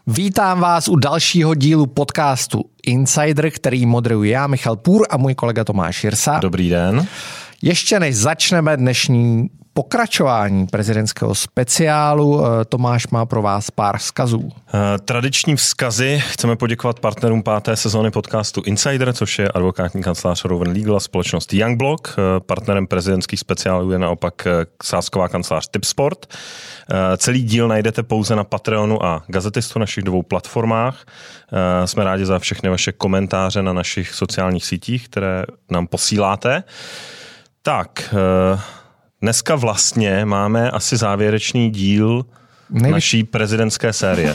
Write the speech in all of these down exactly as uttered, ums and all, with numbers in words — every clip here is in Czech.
Vítám vás u dalšího dílu podcastu Insider, který moderuji já, Michal Půr, a můj kolega Tomáš Jirsa. Dobrý den. Ještě než začneme dnešní pokračování prezidentského speciálu, Tomáš má pro vás pár vzkazů. Tradiční vzkazy. Chceme poděkovat partnerům páté sezóny podcastu Insider, což je advokátní kancelář Rowan Legal a společnost Youngblock. Partnerem prezidentských speciálů je naopak sázková kancelář Tipsport. Celý díl najdete pouze na Patreonu a Gazetistu, našich dvou platformách. Jsme rádi za všechny vaše komentáře na našich sociálních sítích, které nám posíláte. Tak, dneska vlastně máme asi závěrečný díl Nejvíc... naší prezidentské série.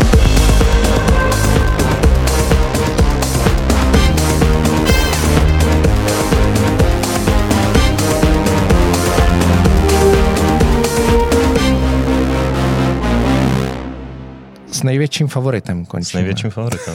S největším favoritem končíme. S největším favoritem.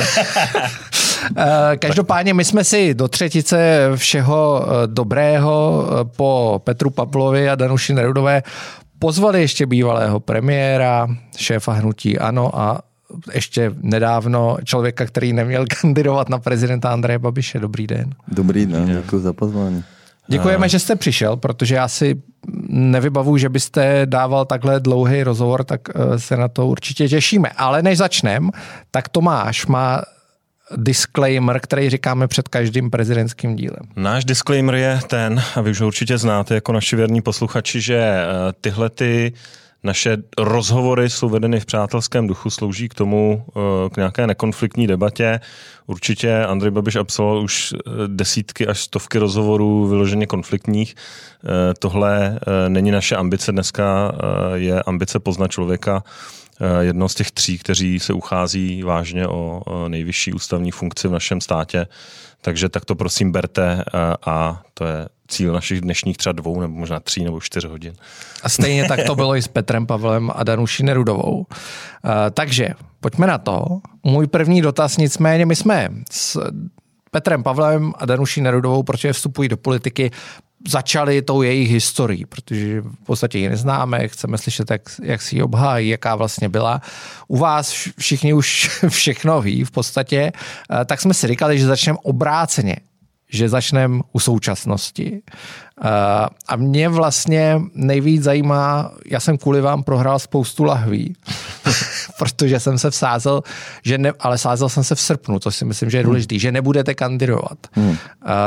Každopádně my jsme si do třetice všeho dobrého po Petru Pavlovi a Danuši Nerudové pozvali ještě bývalého premiéra, šéfa hnutí ANO a ještě nedávno člověka, který neměl kandidovat na prezidenta, Andreje Babiše. Dobrý den. Dobrý den, děkuji za pozvání. Děkujeme, že jste přišel, protože já si nevybavuji, že byste dával takhle dlouhý rozhovor, tak se na to určitě těšíme. Ale než začneme, tak Tomáš má disclaimer, který říkáme před každým prezidentským dílem. Náš disclaimer je ten, a vy už ho určitě znáte jako naši věrní posluchači, že tyhle ty naše rozhovory jsou vedeny v přátelském duchu, slouží k tomu, k nějaké nekonfliktní debatě. Určitě Andrej Babiš absolvoval už desítky až stovky rozhovorů vyloženě konfliktních. Tohle není naše ambice dneska, je ambice poznat člověka, jednoho z těch tří, kteří se uchází vážně o nejvyšší ústavní funkci v našem státě. Takže tak to prosím berte a to je cíl našich dnešních třeba dvou nebo možná tří nebo čtyř hodin. A stejně tak to bylo i s Petrem Pavlem a Danuší Nerudovou. Takže pojďme na to. Můj první dotaz, nicméně my jsme s Petrem Pavlem a Danuší Nerudovou, protože vstupují do politiky, začali tou jejich historií, protože v podstatě ji neznáme, chceme slyšet, jak, jak si ji obhájí, jaká vlastně byla. U vás všichni už všechno ví v podstatě, tak jsme si říkali, že začneme obráceně, že začneme u současnosti. A mě vlastně nejvíc zajímá, já jsem kvůli vám prohrál spoustu lahví, protože jsem se vsázel, že ne, ale sázel jsem se v srpnu, to si myslím, že je důležitý, hmm. že nebudete kandidovat. Hmm.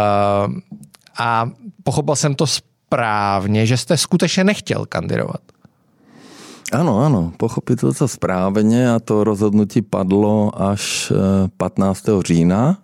A pochopil jsem to správně, že jste skutečně nechtěl kandidovat. Ano, ano, pochopil to správně a to rozhodnutí padlo až patnáctého října,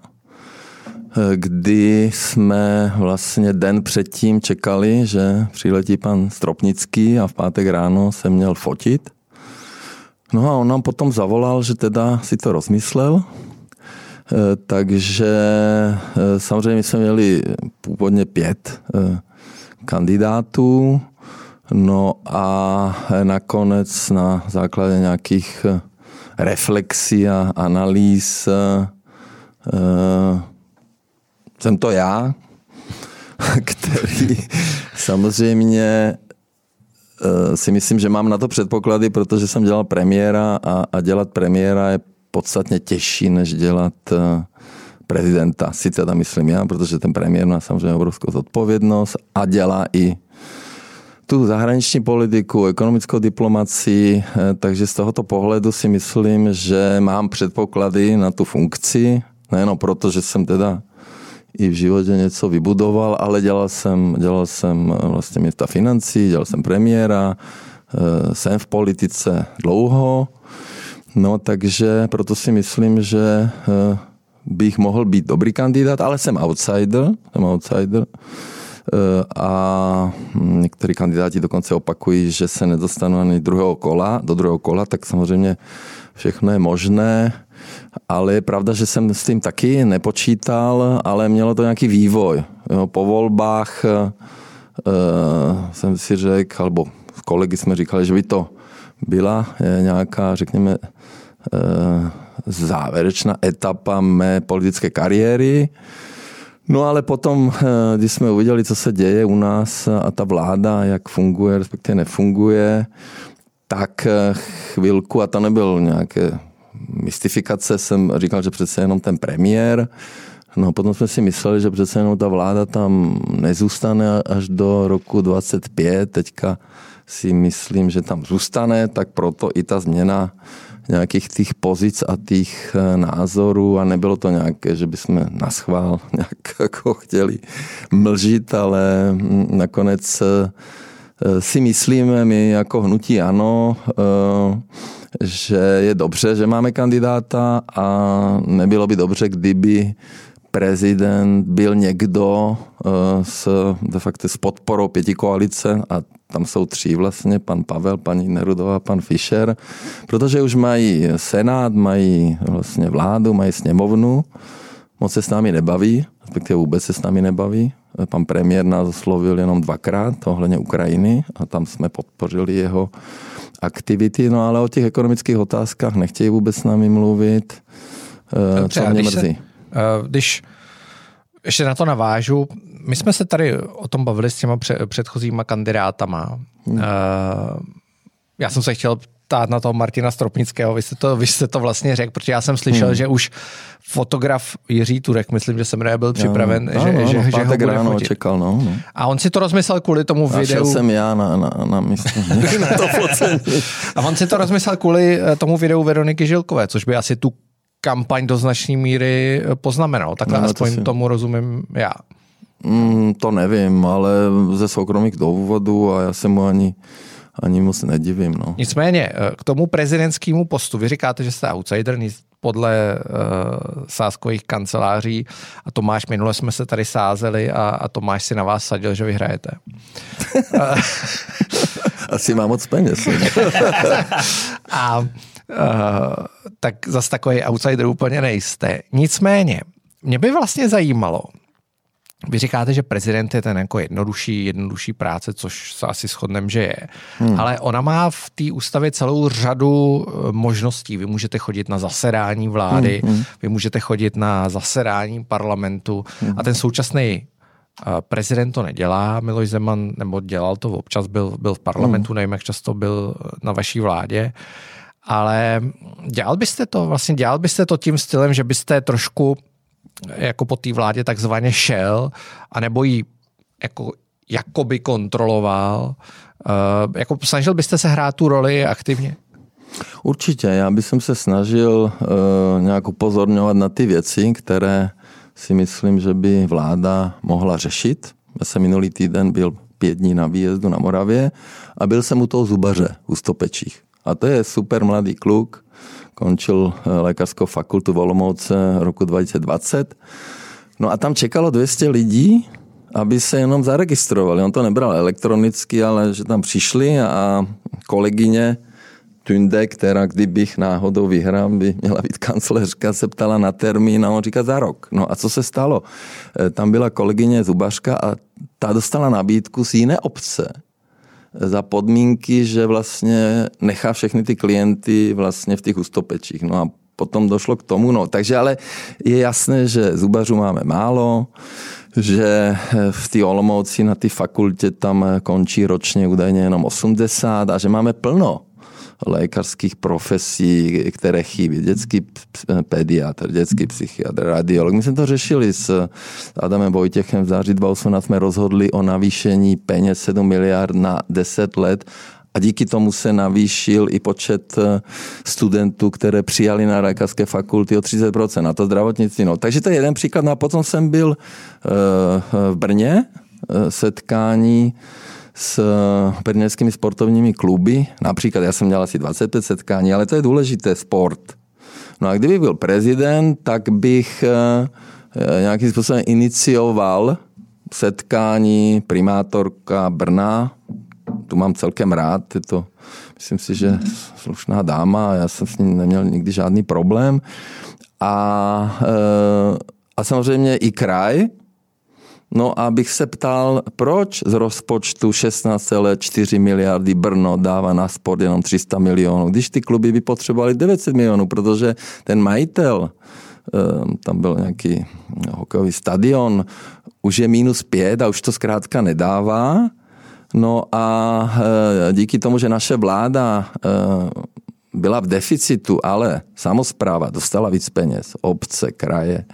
kdy jsme vlastně den předtím čekali, že přiletí pan Stropnický a v pátek ráno se měl fotit. No a on nám potom zavolal, že teda si to rozmyslel. Takže samozřejmě jsme měli původně pět kandidátů, no a nakonec na základě nějakých reflexí a analýz jsem to já, který samozřejmě si myslím, že mám na to předpoklady, protože jsem dělal premiéra a, a dělat premiéra je podstatně těžší, než dělat prezidenta. Si teda myslím já, protože ten premiér má samozřejmě obrovskou zodpovědnost a dělá i tu zahraniční politiku, ekonomickou diplomacii, takže z tohoto pohledu si myslím, že mám předpoklady na tu funkci, nejenom proto, že jsem teda i v životě něco vybudoval, ale dělal jsem, dělal jsem vlastně ministra financí, dělal jsem premiéra, jsem v politice dlouho. No, takže proto si myslím, že bych mohl být dobrý kandidát, ale jsem outsider, jsem outsider. A někteří kandidáti dokonce opakují, že se nedostanou ani druhého kola, do druhého kola, tak samozřejmě všechno je možné, ale je pravda, že jsem s tím taky nepočítal, ale mělo to nějaký vývoj. Jo, po volbách uh, jsem si řekl, alebo s kolegy jsme říkali, že by to byla nějaká, řekněme, závěrečná etapa mé politické kariéry. No ale potom, když jsme uviděli, co se děje u nás a ta vláda, jak funguje, respektive nefunguje, tak chvilku, a to nebyl nějaké mystifikace, jsem říkal, že přece jenom ten premiér. No potom jsme si mysleli, že přece jenom ta vláda tam nezůstane až do roku dvacet pět. Teďka si myslím, že tam zůstane, tak proto i ta změna nějakých těch pozic a těch názorů a nebylo to nějaké, že bychom naschvál nějak jako chtěli mlžit, ale nakonec si myslíme my jako hnutí ANO, že je dobře, že máme kandidáta a nebylo by dobře, kdyby prezident byl někdo s, de facto s podporou pětikoalice a tam jsou tři vlastně, pan Pavel, paní Nerudová, pan Fischer, protože už mají senát, mají vlastně vládu, mají sněmovnu, moc se s námi nebaví, respektive vůbec se s námi nebaví. Pan premiér nás oslovil jenom dvakrát ohledně Ukrajiny a tam jsme podpořili jeho aktivity, no ale o těch ekonomických otázkách nechtějí vůbec s námi mluvit. Dobře, co mě mrzí. Se, když ještě na to navážu, my jsme se tady o tom bavili s těma předchozíma kandidátama. Hmm. Já jsem se chtěl ptát na toho Martina Stropnického, vy jste to, vy jste to vlastně řekl, protože já jsem slyšel, hmm. že už fotograf Jiří Turek, myslím, že se jmenuje, byl připraven, no, že, no, že, no, že ho bude ráno fotit. Čekal, no, no. A on si to rozmyslel kvůli tomu a videu. A jsem já na, na, na místě. na to A on si to rozmyslel kvůli tomu videu Veroniky Žilkové, což by asi tu kampaň do značné míry poznamenal. Takhle no, aspoň to si... tomu rozumím já. Mm, to nevím, ale ze soukromých důvodů a já se mu ani, ani moc nedivím. No. Nicméně, k tomu prezidentskému postu, vy říkáte, že jste outsider, podle uh, sázkových kanceláří a Tomáš, minule jsme se tady sázeli a, a Tomáš si na vás sadil, že vyhrajete. Asi má moc peněz. a uh, tak zase takový outsider úplně nejste. Nicméně, mě by vlastně zajímalo, vy říkáte, že prezident je ten jako jednodušší, jednodušší práce, což se asi shodneme, že je. Hmm. Ale ona má v té ústavě celou řadu možností. Vy můžete chodit na zasedání vlády, hmm. vy můžete chodit na zasedání parlamentu hmm. a ten současný prezident to nedělá. Miloš Zeman, nebo dělal to občas, byl, byl v parlamentu, hmm. nevím, jak často byl na vaší vládě. Ale dělal byste to, vlastně dělal byste to tím stylem, že byste trošku jako po té vládě takzvaně šel, anebo ji jako, jakoby kontroloval. Uh, jako snažil byste se hrát tu roli aktivně? Určitě, já bych se snažil uh, nějak upozorňovat na ty věci, které si myslím, že by vláda mohla řešit. Já jsem minulý týden byl pět dní na výjezdu na Moravě a byl jsem u toho zubaře u Stopečích. A to je super mladý kluk, končil lékařskou fakultu v Olomouce roku dva tisíce dvacet. No a tam čekalo dvě stě lidí, aby se jenom zaregistrovali. On to nebral elektronicky, ale že tam přišli a kolegyně Tunde, která kdybych náhodou vyhrál, by měla být kancléřka, se ptala na termín a on říká za rok. No a co se stalo? Tam byla kolegyně zubařka a ta dostala nabídku z jiné obce za podmínky, že vlastně nechá všechny ty klienty vlastně v těch Ustopečích. No a potom došlo k tomu, no takže ale je jasné, že zubařů máme málo, že v té Olomouci na té fakultě tam končí ročně údajně jenom osmdesát a že máme plno lékařských profesí, které chybí. Dětský pediatr, dětský psychiatr, radiolog. My jsme to řešili s Adamem Vojtěchem v září dva tisíce osmnáct, jsme rozhodli o navýšení peněz sedm miliard na deset let a díky tomu se navýšil i počet studentů, které přijali na lékařské fakulty o třicet procent, na to zdravotnictví. No. Takže to je jeden příklad. No a potom jsem byl v Brně, setkání s brněnskými sportovními kluby. Například já jsem měl asi dvacet pět setkání, ale to je důležité, sport. No a kdyby byl prezident, tak bych nějakým způsobem inicioval setkání primátorka Brna. Tu mám celkem rád, je to, myslím si, že slušná dáma, já jsem s ní neměl nikdy žádný problém. A, a samozřejmě i kraj. No a bych se ptal, proč z rozpočtu šestnáct celá čtyři miliardy Brno dává na sport jenom tři sta milionů, když ty kluby by potřebovali devět set milionů, protože ten majitel, tam byl nějaký hokejový stadion, už je minus pět a už to zkrátka nedává. No a díky tomu, že naše vláda byla v deficitu, ale samospráva dostala víc peněz, obce, kraje,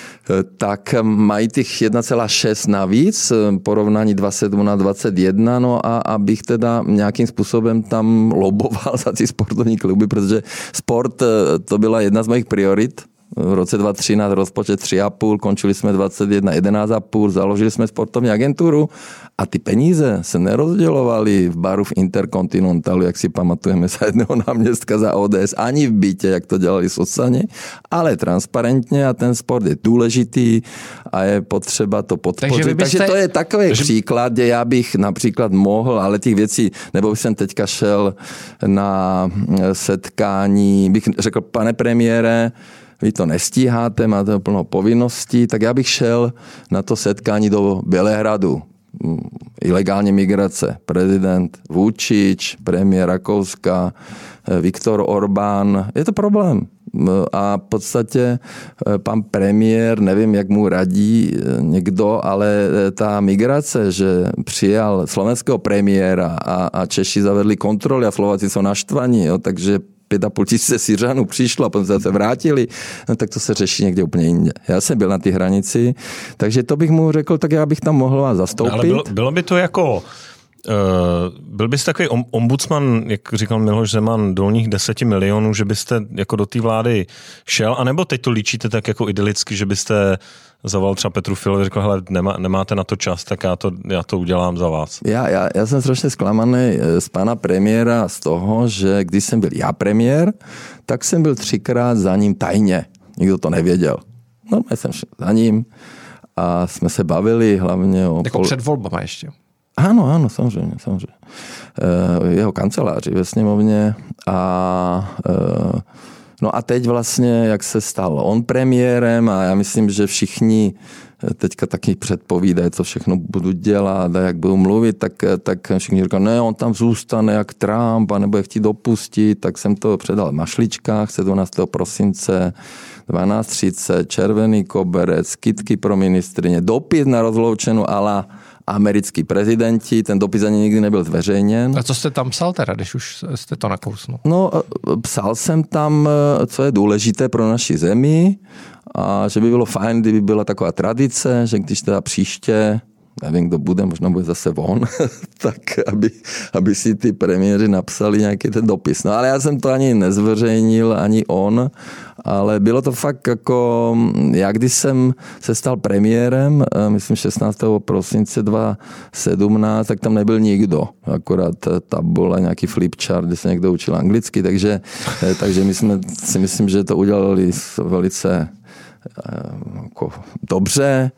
tak mají těch jedna celá šest navíc, porovnání dvacet sedm na dvacet jedna, no a abych teda nějakým způsobem tam loboval za ty sportovní kluby, protože sport to byla jedna z mojich priorit. V roce dva tisíce třináct rozpočet tři a půl, končili jsme dvacet jedna, jedenáct a půl, založili jsme sportovní agenturu a ty peníze se nerozdělovaly v baru v Intercontinentalu, jak si pamatujeme, za jedného náměstka za O D S, ani v bytě, jak to dělali Socani, ale transparentně a ten sport je důležitý a je potřeba to podpořit. Takže, byste... Takže to je takový Takže... příklad, kde já bych například mohl, ale těch věcí, nebo jsem teďka šel na setkání, bych řekl, pane premiére, vy to nestíháte, máte plno povinností, tak já bych šel na to setkání do Bělehradu. Ilegální migrace. Prezident Vučić, premiér Rakouska, Viktor Orbán. Je to problém. A v podstatě pan premiér, nevím, jak mu radí někdo, ale ta migrace, že přijal slovenského premiéra a, a Češi zavedli kontroly a Slováci jsou naštvaní, jo, takže pět a půl tisíce Syřanů přišlo a potom se vrátili, no tak to se řeší někde úplně jinde. Já jsem byl na té hranici, takže to bych mu řekl, tak já bych tam mohl vás zastoupit. Ale bylo, bylo by to jako, uh, byl byste takový ombudsman, jak říkal Miloš Zeman, dolních deseti milionů, že byste jako do té vlády šel, anebo teď to líčíte tak jako idylicky, že byste zavolal třeba Petru Fialovi, řekl, hele, nemá, nemáte na to čas, tak já to, já to udělám za vás. Já, já, já jsem strašně zklamaný z pana premiéra z toho, že když jsem byl já premiér, tak jsem byl třikrát za ním tajně. Nikdo to nevěděl. No, já jsem šel za ním a jsme se bavili hlavně o... Jako pol... před volbama ještě. Ano, ano, samozřejmě, samozřejmě. E, jeho kanceláři ve sněmovně a... E, No a teď vlastně, jak se stal on premiérem a já myslím, že všichni teďka taky předpovídají, co všechno budu dělat a jak budu mluvit, tak, tak všichni říkají, ne, on tam zůstane jak Trump a nebo je chtít dopustit, tak jsem to předal v mašličkách sedmnáctého prosince dvanáct třicet, červený koberec, kytky pro ministryně, dopis na rozloučenou ala americký prezidenti, ten dopis ani nikdy nebyl zveřejněn. A co jste tam psal teda, když už jste to nakousnul? No, psal jsem tam, co je důležité pro naši zemi a že by bylo fajn, kdyby byla taková tradice, že když teda příště, nevím, kdo bude, možná bude zase on, tak aby, aby si ty premiéři napsali nějaký ten dopis. No ale já jsem to ani nezveřejnil, ani on, ale bylo to fakt jako, já když jsem se stal premiérem, myslím šestnáctého prosince dva tisíce sedmnáct, tak tam nebyl nikdo. Akorát tabule, nějaký flipchart, kde se někdo učil anglicky, takže, takže my jsme si myslím, že to udělali velice jako dobře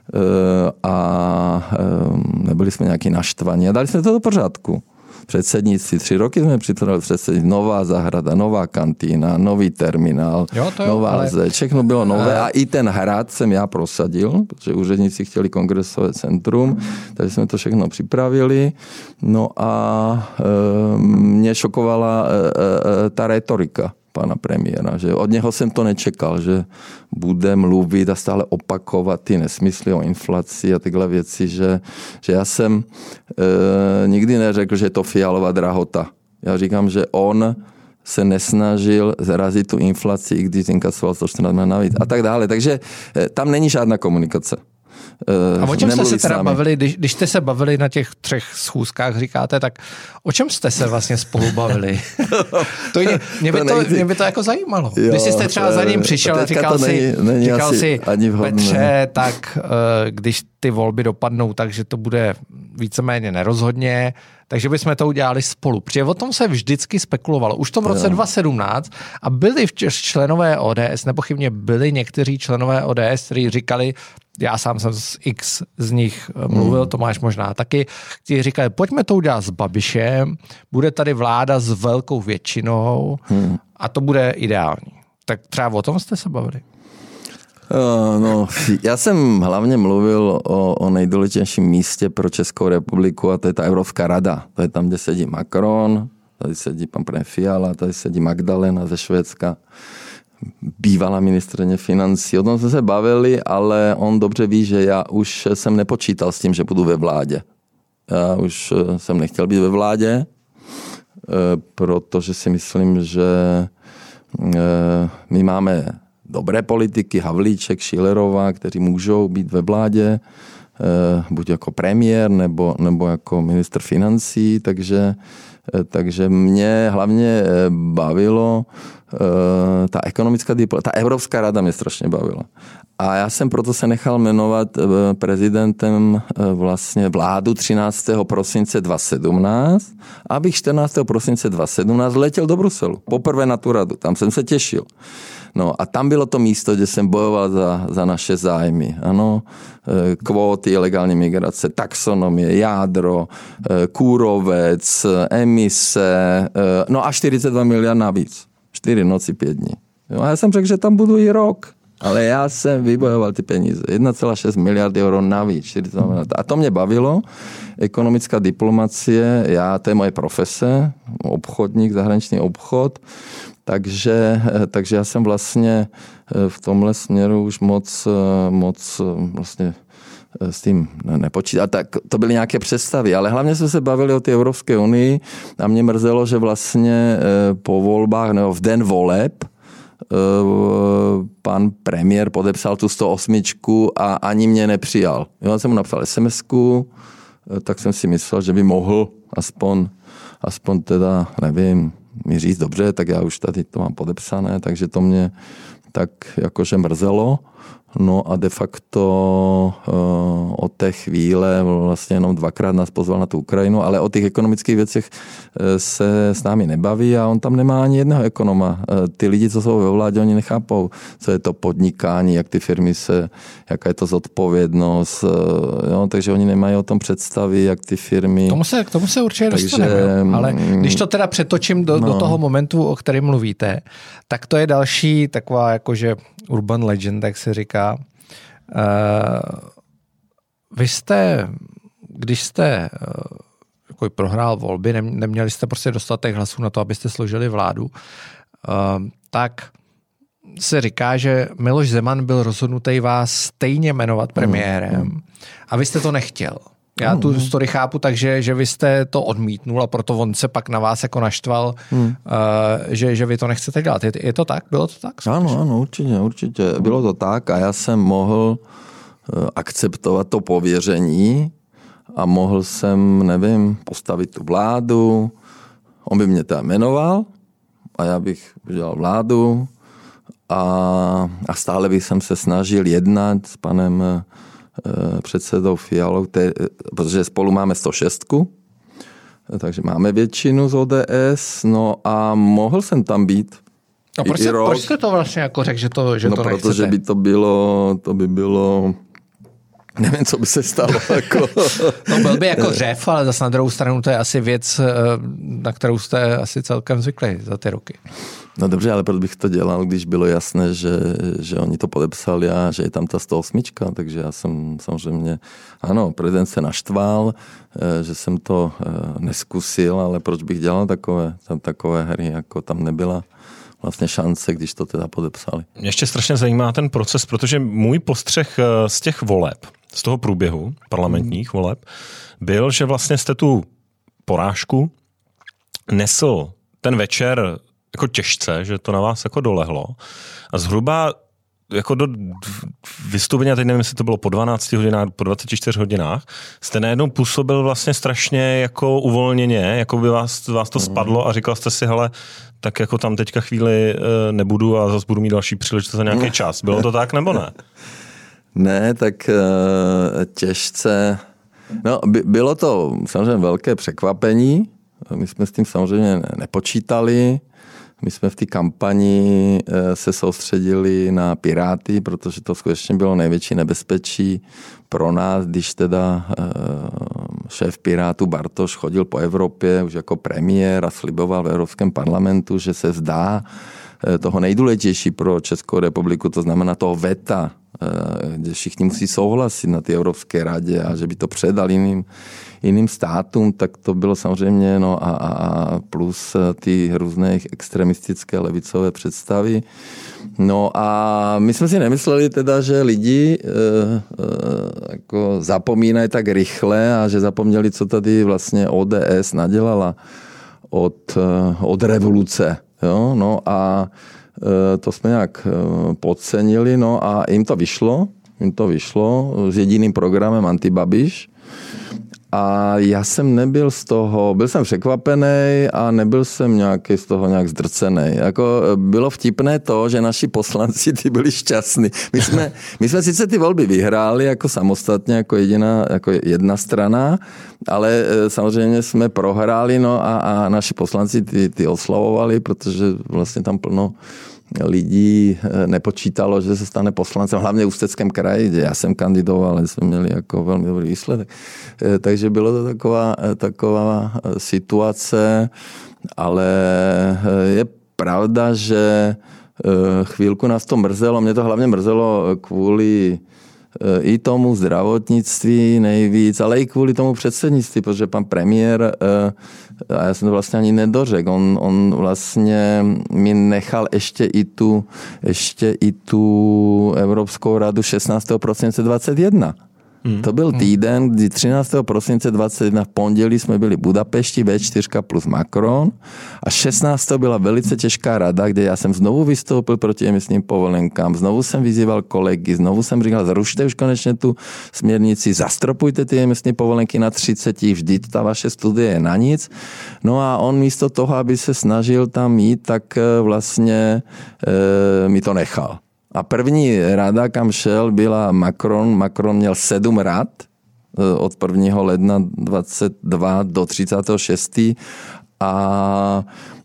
a nebyli jsme nějaký naštvaní a dali jsme to do pořádku. Předsednictví, tři roky jsme připravili předsednictví, nová zahrada, nová kantýna, nový terminál, jo, jo, nová ale... zeď, všechno bylo nové a i ten hrad jsem já prosadil, protože úředníci chtěli kongresové centrum, takže jsme to všechno připravili. No a e, mě šokovala e, e, ta retorika pana premiéra, že od něho jsem to nečekal, že bude mluvit a stále opakovat ty nesmysly o inflaci a tyhle věci, že, že já jsem e, nikdy neřekl, že je to Fialová drahota. Já říkám, že on se nesnažil zarazit tu inflaci, i když inkasoval sto čtrnáct milionů navíc a tak dále. Takže e, tam není žádná komunikace. A o čem jste se teda bavili, když, když jste se bavili na těch třech schůzkách, říkáte, tak o čem jste se vlastně spolu bavili? to mě, mě, by to, mě by to jako zajímalo. Jo, když jste třeba za ním přišel a říkal si, není, není říkal si Petře, tak když ty volby dopadnou tak, že to bude víceméně nerozhodně, takže bychom to udělali spolu. Protože o tom se vždycky spekulovalo. Už to v roce dva tisíce sedmnáct a byli členové O D S, nepochybně byli někteří členové O D S, kteří říkali, já sám jsem z X z nich mluvil, hmm. Tomáš možná taky, kteří říkali, pojďme to udělat s Babišem, bude tady vláda s velkou většinou hmm. a to bude ideální. Tak třeba o tom jste se bavili? Uh, no, já jsem hlavně mluvil o, o nejdůležitějším místě pro Českou republiku a to je ta Evropská rada. To je tam, kde sedí Macron, tady sedí pan premiér Fiala, tady sedí Magdalena ze Švédska, bývalá ministryně financí. O tom jsme se bavili, ale on dobře ví, že já už jsem nepočítal s tím, že budu ve vládě. Já už jsem nechtěl být ve vládě, protože si myslím, že my máme dobré politiky, Havlíček, Schillerová, kteří můžou být ve vládě, buď jako premiér nebo, nebo jako ministr financí, takže, takže mě hlavně bavilo ta ekonomická diplomacie, ta Evropská rada mě strašně bavila. A já jsem proto se nechal jmenovat prezidentem vlastně vládu třináctého prosince dva tisíce sedmnáct, abych čtrnáctého prosince dva tisíce sedmnáct letěl do Bruselu. Poprvé na tu radu, tam jsem se těšil. No a tam bylo to místo, kde jsem bojoval za, za naše zájmy. Ano, kvóty, ilegální migrace, taxonomie, jádro, kůrovec, emise, no a čtyřicet dva miliard navíc. Čtyři noci, pět dní. No a já jsem řekl, že tam budu i rok. Ale já jsem vybojoval ty peníze. jedna celá šest miliardy euro navíc. čtyřicet dva miliard. A to mě bavilo. Ekonomická diplomacie, já, to je moje profese, obchodník, zahraniční obchod. Takže, takže já jsem vlastně v tomhle směru už moc, moc vlastně s tím nepočítal. Tak to byly nějaké představy, ale hlavně jsme se bavili o té Evropské unii a mě mrzelo, že vlastně po volbách nebo v den voleb pan premiér podepsal tu sto osm a ani mě nepřijal. Já jsem mu napsal es em esku, tak jsem si myslel, že by mohl aspoň, aspoň teda, nevím, mi říct dobře, tak já už tady to mám podepsané, takže to mě tak jakože mrzelo. No a de facto uh, od té chvíle vlastně jenom dvakrát nás pozval na tu Ukrajinu, ale o těch ekonomických věcech se s námi nebaví a on tam nemá ani jednoho ekonoma. Uh, ty lidi, co jsou ve vládě, oni nechápou, co je to podnikání, jak ty firmy se, jaká je to zodpovědnost, uh, jo, takže oni nemají o tom představy, jak ty firmy... K tomu se, k tomu se určitě takže, dostaneme, ale když to teda přetočím do, no. do toho momentu, o kterém mluvíte, tak to je další taková jakože urban legend, jak se říká. Uh, vy jste, když jste uh, jako prohrál volby, neměli jste prostě dostatek hlasů na to, abyste složili vládu, uh, tak se říká, že Miloš Zeman byl rozhodnutý vás stejně jmenovat premiérem mm. a vy jste to nechtěl. Já mm. tu story chápu, takže že vy jste to odmítnul a proto on se pak na vás jako naštval, mm. uh, že, že vy to nechcete dělat. Je, je to tak? Bylo to tak? Ano, ano, určitě, určitě. Bylo to tak a já jsem mohl uh, akceptovat to pověření a mohl jsem, nevím, postavit tu vládu. On by mě tam jmenoval a já bych udělal vládu a, a stále bych jsem se snažil jednat s panem předsedou Fialou, protože spolu máme sto šest, takže máme většinu z O D S, no a mohl jsem tam být. A proč, se, proč jste to vlastně jako řekl, že to, že no to nechcete? Protože by to bylo, to by bylo, nevím, co by se stalo. Jako. No byl by jako řev, ale zase na druhou stranu to je asi věc, na kterou jste asi celkem zvykli za ty roky. No dobře, ale proč bych to dělal, když bylo jasné, že, že oni to podepsali a že je tam ta sto osm, takže já jsem samozřejmě, ano, prezident se naštval, že jsem to neskusil, ale proč bych dělal takové, takové hry, jako tam nebyla vlastně šance, když to teda podepsali. Mě ještě strašně zajímá ten proces, protože můj postřeh z těch voleb, z toho průběhu parlamentních hmm. voleb, byl, že vlastně jste tu porážku nesl ten večer jako těžce, že to na vás jako dolehlo. A zhruba jako do vystoupení, teď nevím, jestli to bylo po dvanácti hodinách, po dvaceti čtyřech hodinách, jste najednou působil vlastně strašně jako uvolněně, jako by vás, vás to spadlo a říkal jste si, hele, tak jako tam teďka chvíli nebudu a zase budu mít další příležitost za nějaký čas. Bylo to tak, nebo ne? Ne, tak těžce. No, by, bylo to samozřejmě velké překvapení. My jsme s tím samozřejmě nepočítali. My jsme v té kampani se soustředili na Piráty, protože to skutečně bylo největší nebezpečí pro nás, když teda šéf Pirátů Bartoš chodil po Evropě už jako premiér a sliboval v Evropském parlamentu, že se vzdá toho nejdůležitější pro Českou republiku, to znamená toho veta, kde všichni musí souhlasit na té Evropské radě a že by to předal jiným, jiným státům, tak to bylo samozřejmě, no a, a plus ty různé extremistické levicové představy. No a my jsme si nemysleli teda, že lidi e, e, jako zapomínají tak rychle a že zapomněli, co tady vlastně O D S nadělala od, od revoluce. Jo? No a to jsme nějak podcenili, no a jim to vyšlo, jim to vyšlo s jediným programem Antibabiš. A já jsem nebyl z toho, byl jsem překvapený a nebyl jsem nějaký z toho nějak zdrcený. Jako bylo vtipné to, že naši poslanci ty byli šťastní. My jsme, my jsme sice ty volby vyhráli jako samostatně, jako jediná, jako jedna strana, ale samozřejmě jsme prohráli, no a, a naši poslanci ty, ty oslavovali, protože vlastně tam plno lidí nepočítalo, že se stane poslancem, hlavně v Ústeckém kraji, kde já jsem kandidoval, ale jsme měli jako velmi dobrý výsledek. Takže bylo to taková, taková situace, ale je pravda, že chvílku nás to mrzelo, mě to hlavně mrzelo kvůli i tomu zdravotnictví nejvíc, ale i kvůli tomu předsednictví, protože pan premiér, a já jsem to vlastně ani nedořekl, on, on vlastně mi nechal ještě i tu, ještě i tu Evropskou radu šestnáctého prosince dvacet jedna. Hmm. To byl týden, kdy třináctého prosince dvacet jedna v pondělí jsme byli v Budapešti, vé čtyři plus Macron a šestnáctého byla velice těžká rada, kde já jsem znovu vystoupil proti emisním povolenkám, znovu jsem vyzýval kolegy, znovu jsem říkal, zrušte už konečně tu směrnici, zastropujte ty emisní povolenky na třicet, vždyť ta vaše studie je na nic. No a on místo toho, aby se snažil tam jít, tak vlastně e, mi to nechal. A první rada, kam šel, byla Macron. Macron měl sedm rad od prvního ledna dvacet dva do třicátého šestého a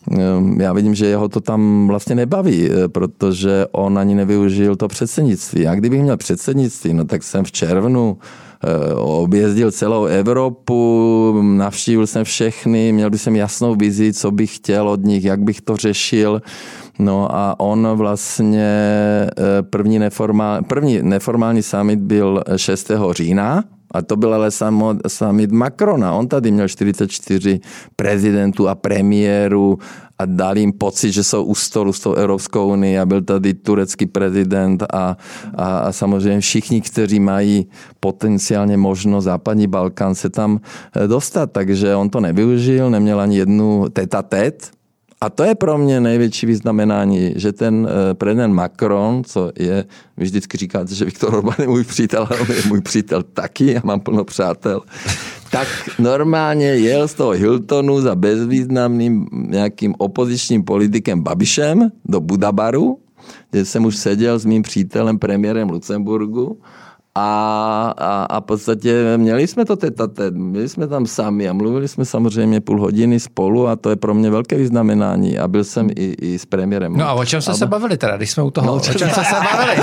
já vidím, že jeho to tam vlastně nebaví, protože on ani nevyužil to předsednictví. A kdybych měl předsednictví, no tak jsem v červnu objezdil celou Evropu, navštívil jsem všechny, měl bych jsem jasnou vizi, co bych chtěl od nich, jak bych to řešil. No a on vlastně první, neformál, první neformální summit byl šestého října a to byl ale summit Macrona. On tady měl čtyřicet čtyři prezidentů a premiérů a dal jim pocit, že jsou u stolu s tou Evropskou unii a byl tady turecký prezident a, a, a samozřejmě všichni, kteří mají potenciálně možnost západní Balkán se tam dostat. Takže on to nevyužil, neměl ani jednu tête-à-tête. A to je pro mě největší vyznamenání, že ten prezident Macron, co je, vy vždycky říkáte, že Viktor Orbán je můj přítel, ale on je můj přítel taky, já mám plno přátel, tak normálně jel z toho Hiltonu za bezvýznamným nějakým opozičním politikem Babišem do Budabaru, kde jsem už seděl s mým přítelem, premiérem Lucemburgu, A, a, a v podstatě měli jsme to tête-à-tête, byli jsme tam sami a mluvili jsme samozřejmě půl hodiny spolu a to je pro mě velké vyznamenání a byl jsem i, i s premiérem. No a o čem jste se bavili teda, když jsme u toho, no, o čem jste se bavili?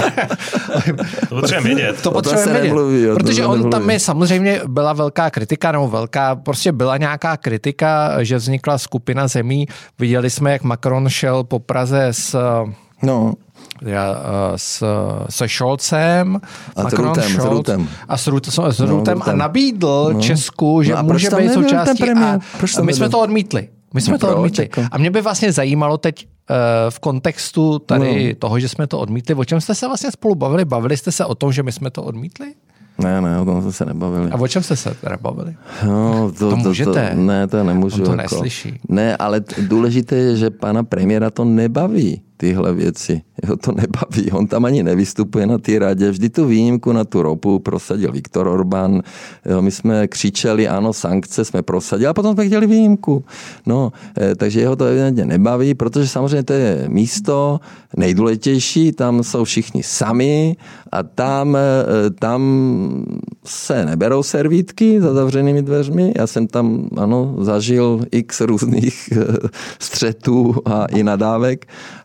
To potřebujeme vědět. To potřebujeme vědět, nemluví, protože on nemluví. Tam je samozřejmě byla velká kritika, nebo velká, prostě byla nějaká kritika, že vznikla skupina zemí, viděli jsme, jak Macron šel po Praze s... No. Já, s, se Scholzem, a Macron, Rutem, Scholz, s Rutem. a s, Rut, s, s Rutem no, a nabídl no. Česku, že no může být součástí a, a my jsme to odmítli. My jsme no, to proč, odmítli. Jako? A mě by vlastně zajímalo teď uh, v kontextu tady no. toho, že jsme to odmítli, o čem jste se vlastně spolu bavili? Bavili jste se o tom, že my jsme to odmítli? Ne, ne, o tom jsme se nebavili. A o čem jste se teda bavili? No, to, to můžete. To, ne, to nemůžu. On to jako. neslyší. Ne, ale důležité je, že pana premiéra to nebaví, tyhle věci. Jeho to nebaví. On tam ani nevystupuje na té radě. Vždy tu výjimku na tu ropu prosadil Viktor Orbán. Jo, my jsme křičeli, ano, sankce jsme prosadili, a potom jsme chtěli výjimku. No, eh, takže jeho to evidentně nebaví, protože samozřejmě to je místo nejdůležitější, tam jsou všichni sami a tam, eh, tam se neberou servítky za zavřenými dveřmi. Já jsem tam ano, zažil x různých střetů a i nadávek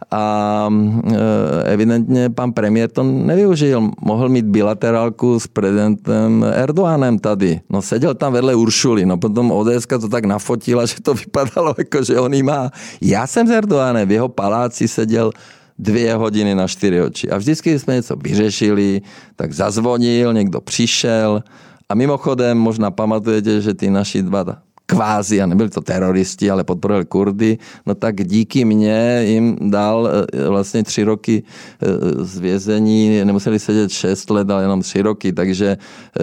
a evidentně pan premiér to nevyužil. Mohl mít bilaterálku s prezidentem Erdoganem tady. No seděl tam vedle Uršuly, no potom ó dé eska to tak nafotila, že to vypadalo jako, že on jí má. Já jsem s Erdoganem v jeho paláci seděl dvě hodiny na čtyři oči. A vždycky jsme něco vyřešili, tak zazvonil, někdo přišel. A mimochodem, možná pamatujete, že ty naši dva kvázi, a nebyli to teroristi, ale podporovali Kurdy, no tak díky mně jim dal vlastně tři roky z vězení, nemuseli sedět šest let, ale jenom tři roky, takže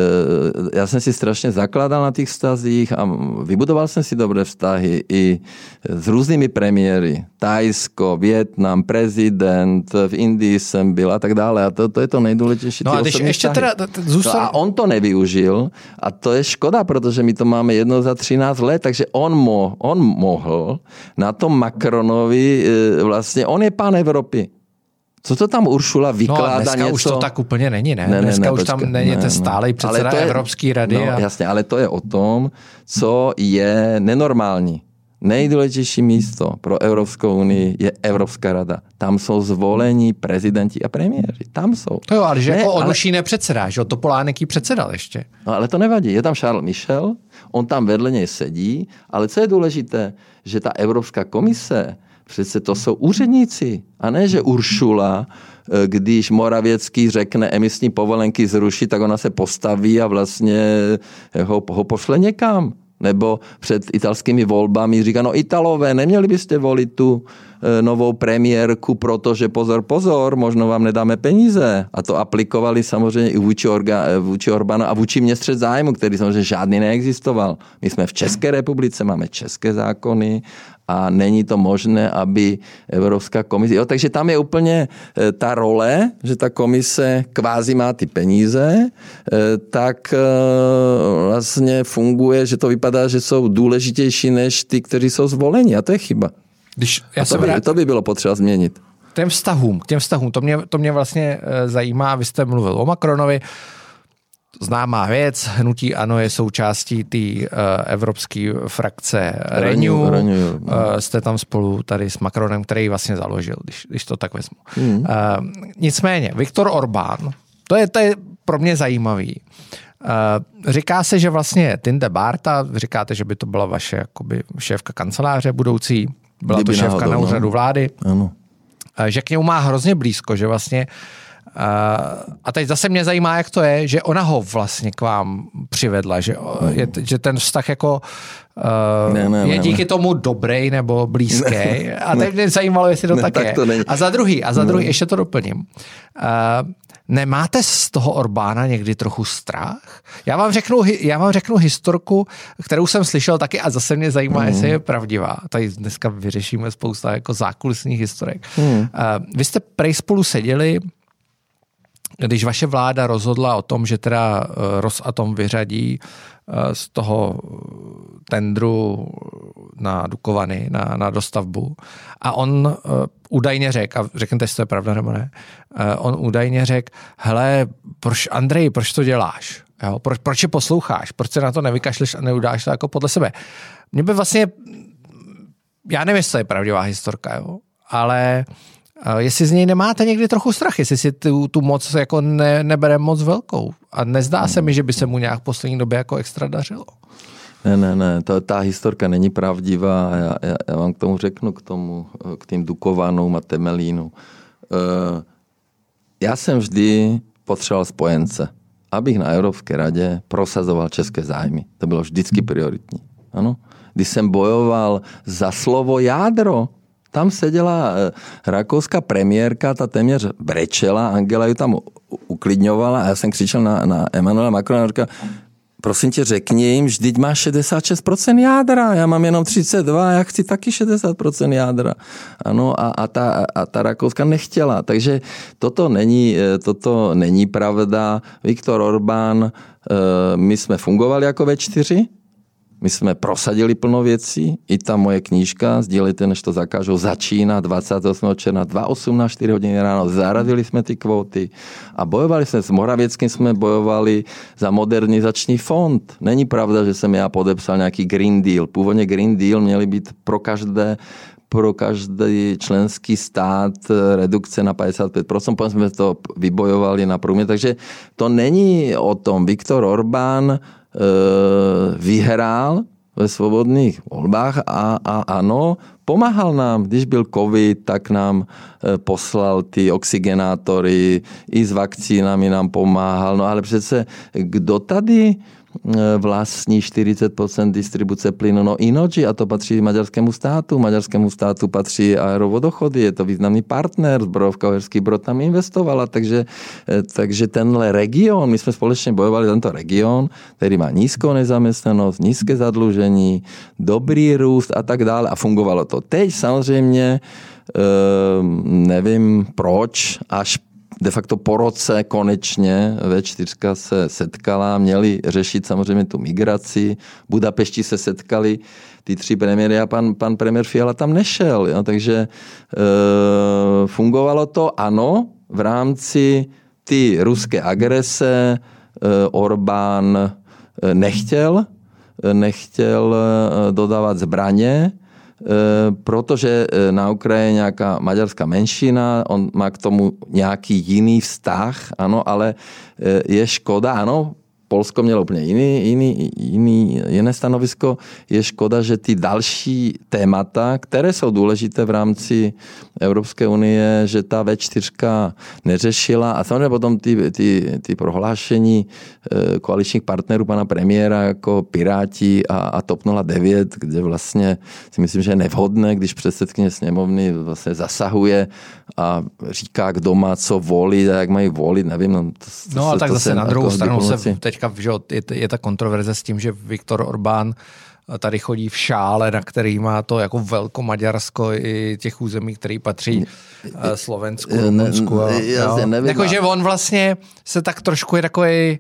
já jsem si strašně zakládal na těch vztazích a vybudoval jsem si dobré vztahy i s různými premiéry. Thajsko, Vietnam, prezident, v Indii jsem byl a tak dále. A to, to je to nejdůležitější. No a když ještě teda zůstal... no a on to nevyužil a to je škoda, protože my to máme jedno za třináct let, takže on, mo, on mohl na tom Macronovi, vlastně on je pán Evropy. Co to tam Uršula vykládá no, dneska něco? už to tak úplně není, ne? ne, dneska ne, už počka, tam není ne, ten stálej předseda je, Evropské rady. No, a... jasně, ale to je o tom, co je nenormální. Nejdůležitější místo pro Evropskou unii je Evropská rada. Tam jsou zvolení prezidenti a premiéři. Tam jsou. To jo, ale že ne, jako on ale... už jí nepředsedá, že jo? Topolánek jí předsedal ještě. No, ale to nevadí. Je tam Charles Michel, on tam vedle něj sedí, ale co je důležité, že ta Evropská komise, přece to jsou úředníci, a ne, že Uršula, když Moravěcký řekne emisní povolenky zrušit, tak ona se postaví a vlastně ho, ho pošle někam. Nebo před italskými volbami říká, no Italové, neměli byste volit tu e, novou premiérku, protože pozor, pozor, možno vám nedáme peníze. A to aplikovali samozřejmě i vůči, Orga, vůči Orbánu a vůči mě střet zájmu, který samozřejmě žádný neexistoval. My jsme v České republice, máme české zákony a není to možné, aby Evropská komise... Jo, takže tam je úplně ta role, že ta komise kvázi má ty peníze, tak vlastně funguje, že to vypadá, že jsou důležitější než ty, kteří jsou zvoleni. A to je chyba. Když já a to, by, rád... to by bylo potřeba změnit. K těm vztahům, k těm vztahům, to mě, to mě vlastně zajímá. Vy jste mluvil o Macronovi. Známá věc, hnutí ANO je součástí té uh, evropské frakce Renew. Renew no. uh, jste tam spolu tady s Macronem, který ji vlastně založil, když, když to tak vezmu. Mm. Uh, nicméně, Viktor Orbán, to je, to je pro mě zajímavý. Uh, říká se, že vlastně Tinde Bárta, říkáte, že by to byla vaše jakoby, šéfka kanceláře budoucí, byla Kdyby to šéfka náhodou, na úřadu no. vlády, ano. Uh, že k němu má hrozně blízko, že vlastně Uh, a teď zase mě zajímá, jak to je, že ona ho vlastně k vám přivedla, že, je, že ten vztah jako uh, ne, ne, je díky ne, tomu dobrý nebo blízký. Ne, a teď mě zajímalo, jestli to ne, tak, tak je. To a za druhý, a za druhý, ne. ještě to doplním. Uh, nemáte z toho Orbána někdy trochu strach? Já vám řeknu, já vám řeknu historku, kterou jsem slyšel taky a zase mě zajímá, mm. jestli je pravdivá. Tady dneska vyřešíme spousta jako zákulisních historek. Mm. Uh, vy jste prej spolu seděli, když vaše vláda rozhodla o tom, že teda Rosatom vyřadí z toho tendru na Dukovany, na, na dostavbu. A on uh, údajně řekl, a řekněte, jestli to je pravda nebo ne, uh, on údajně řekl, hele, proč, Andrej, proč to děláš? Jo? Proč, proč je posloucháš? Proč se na to nevykašleš a neudáš to jako podle sebe? Mě by vlastně, já nevím, jestli to je pravdivá historka, jo? Ale jestli z něj nemáte někdy trochu strach, jestli si tu, tu moc jako ne, nebere moc velkou. A nezdá se mi, že by se mu nějak v poslední době jako extra dařilo. Ne, ne, ne, to, ta historka není pravdivá. Já, já, já vám k tomu řeknu, k tomu, k tým Dukovanům a Temelínu. Uh, já jsem vždy potřeboval spojence, abych na Evropské radě prosazoval české zájmy. To bylo vždycky prioritní. Ano? Když jsem bojoval za slovo jádro, tam seděla rakouská premiérka, ta téměř brečela, Angela ji tam uklidňovala a já jsem křičel na, na Emmanuela Macrona a říkal, prosím tě, řekni jim, vždyť má šedesát šest procent jádra, já mám jenom třicet dva, já chci taky šedesát procent jádra. Ano, a, a, ta, a ta Rakouska nechtěla. Takže toto není, toto není pravda. Viktor Orbán, my jsme fungovali jako ve čtyři, My jsme prosadili plno věcí, i ta moje knížka Sdílejte, než to zakážou, začíná dvacátého osmého června dva osmnáct, čtyři hodiny ráno, zaradili jsme ty kvóty a bojovali jsme s Moravieckým, jsme bojovali za modernizační fond. Není pravda, že jsem já podepsal nějaký Green Deal. Původně Green Deal měly být pro každé pro každý členský stát redukce na padesát pět procent, potom jsme to vybojovali na průměr. Takže to není o tom. Viktor Orbán e, vyhrál ve svobodných volbách a, a ano, pomáhal nám. Když byl covid, tak nám e, poslal ty oxygenátory, i s vakcínami nám pomáhal. No ale přece, kdo tady vlastní čtyřicet procent distribuce plynu, no Innogy, a to patří maďarskému státu. Maďarskému státu patří Aerovodochody, je to významný partner, Zbrojovka Uherský Brod tam investovala, takže, takže tenhle region, my jsme společně bojovali za tento region, který má nízkou nezaměstnanost, nízké zadlužení, dobrý růst a tak dále a fungovalo to. Teď samozřejmě nevím proč, až de facto po roce konečně vé čtyři se setkala, měli řešit samozřejmě tu migraci. V Budapešti se setkali ty tři premiéry a pan, pan premiér Fiala tam nešel. Jo? Takže e, fungovalo to, ano, v rámci ty ruské agrese e, Orbán nechtěl, nechtěl dodávat zbraně, protože na Ukrajině je nějaká maďarská menšina, on má k tomu nějaký jiný vztah, ano, ale je škoda, ano, Polsko mělo úplně jiný, jiný, jiný, jiné stanovisko. Je škoda, že ty další témata, které jsou důležité v rámci Evropské unie, že ta vé čtyři neřešila. A samozřejmě potom ty, ty, ty prohlášení koaličních partnerů pana premiéra jako Piráti a, a TOP nula devět, kde vlastně si myslím, že je nevhodné, když předsedkyně sněmovny vlastně zasahuje a říká, kdo má co volit a jak mají volit, nevím. No, to, no ale to, tak to zase na druhou jako stranu diplomaci. se teďka, že je, je ta kontroverze s tím, že Viktor Orbán tady chodí v šále, na který má to jako velko Maďarsko i těch území, který patří Slovensku, Rumunsku. Jakože on vlastně se tak trošku je takový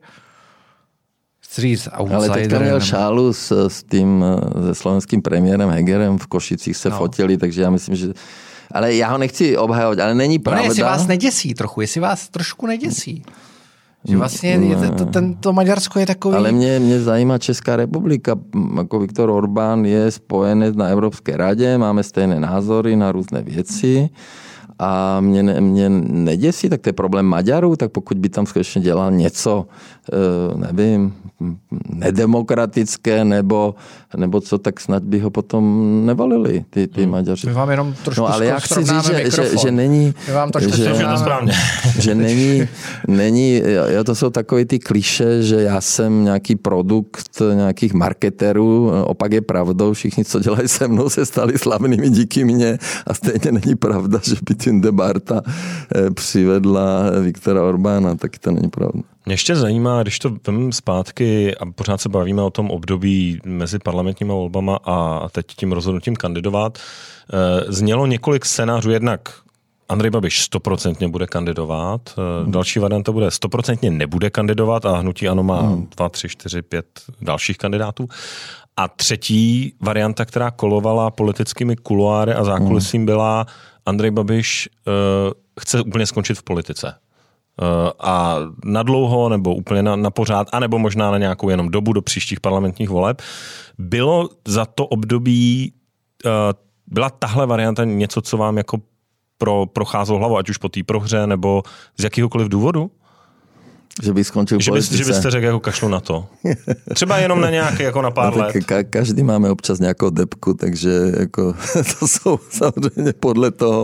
chci říct outsider. Ale teďka měl nebo... šálu s, s tím, se slovenským premiérem Hegerem v Košicích se no. fotili, takže já myslím, že ale já ho nechci obhajovat, ale není pravda. No, jestli vás neděsí trochu, jestli vás trošku neděsí. Že vlastně je to, ten, to Maďarsko je takový... Ale mě, mě zajímá Česká republika. Jako Viktor Orbán je spojenec na Evropské radě, máme stejné názory na různé věci a mě, mě neděsí, tak to je problém Maďarů, tak pokud by tam skutečně dělal něco, nevím, nedemokratické nebo, nebo co, tak snad by ho potom nevolili, ty, ty hmm. Maďaři. My vám jenom trošku no, ale já chci říct, že, že, že není... My vám trošku že, že není, není, jo, to jsou takové ty kliše, že já jsem nějaký produkt nějakých marketerů, opak je pravdou, všichni, co dělají se mnou, se stali slavnými díky mně a stejně není pravda, že by Tünde Barta přivedla Viktora Orbána, tak to není pravda. Mě ještě zajímá, když to vem zpátky a pořád se bavíme o tom období mezi parlamentníma volbama a teď tím rozhodnutím kandidovat, znělo několik scénářů, jednak Andrej Babiš stoprocentně bude kandidovat, hmm. další varianta bude stoprocentně nebude kandidovat a hnutí ANO má hmm. dva, tři, čtyři, pět dalších kandidátů. A třetí varianta, která kolovala politickými kuloáry a zákulisím, byla Andrej Babiš uh, chce úplně skončit v politice. Uh, a nadlouho, nebo úplně na, na pořád, anebo možná na nějakou jenom dobu do příštích parlamentních voleb. Bylo za to období, uh, byla tahle varianta něco, co vám jako pro, procházelo hlavou, ať už po té prohře, nebo z jakýhokoliv důvodu? Že by skončil v politice. Že byste řekl jako kašlu na to. Třeba jenom na nějaký, jako na pár no, let. Ka- každý máme občas nějakou depku, takže jako, to jsou samozřejmě podle toho,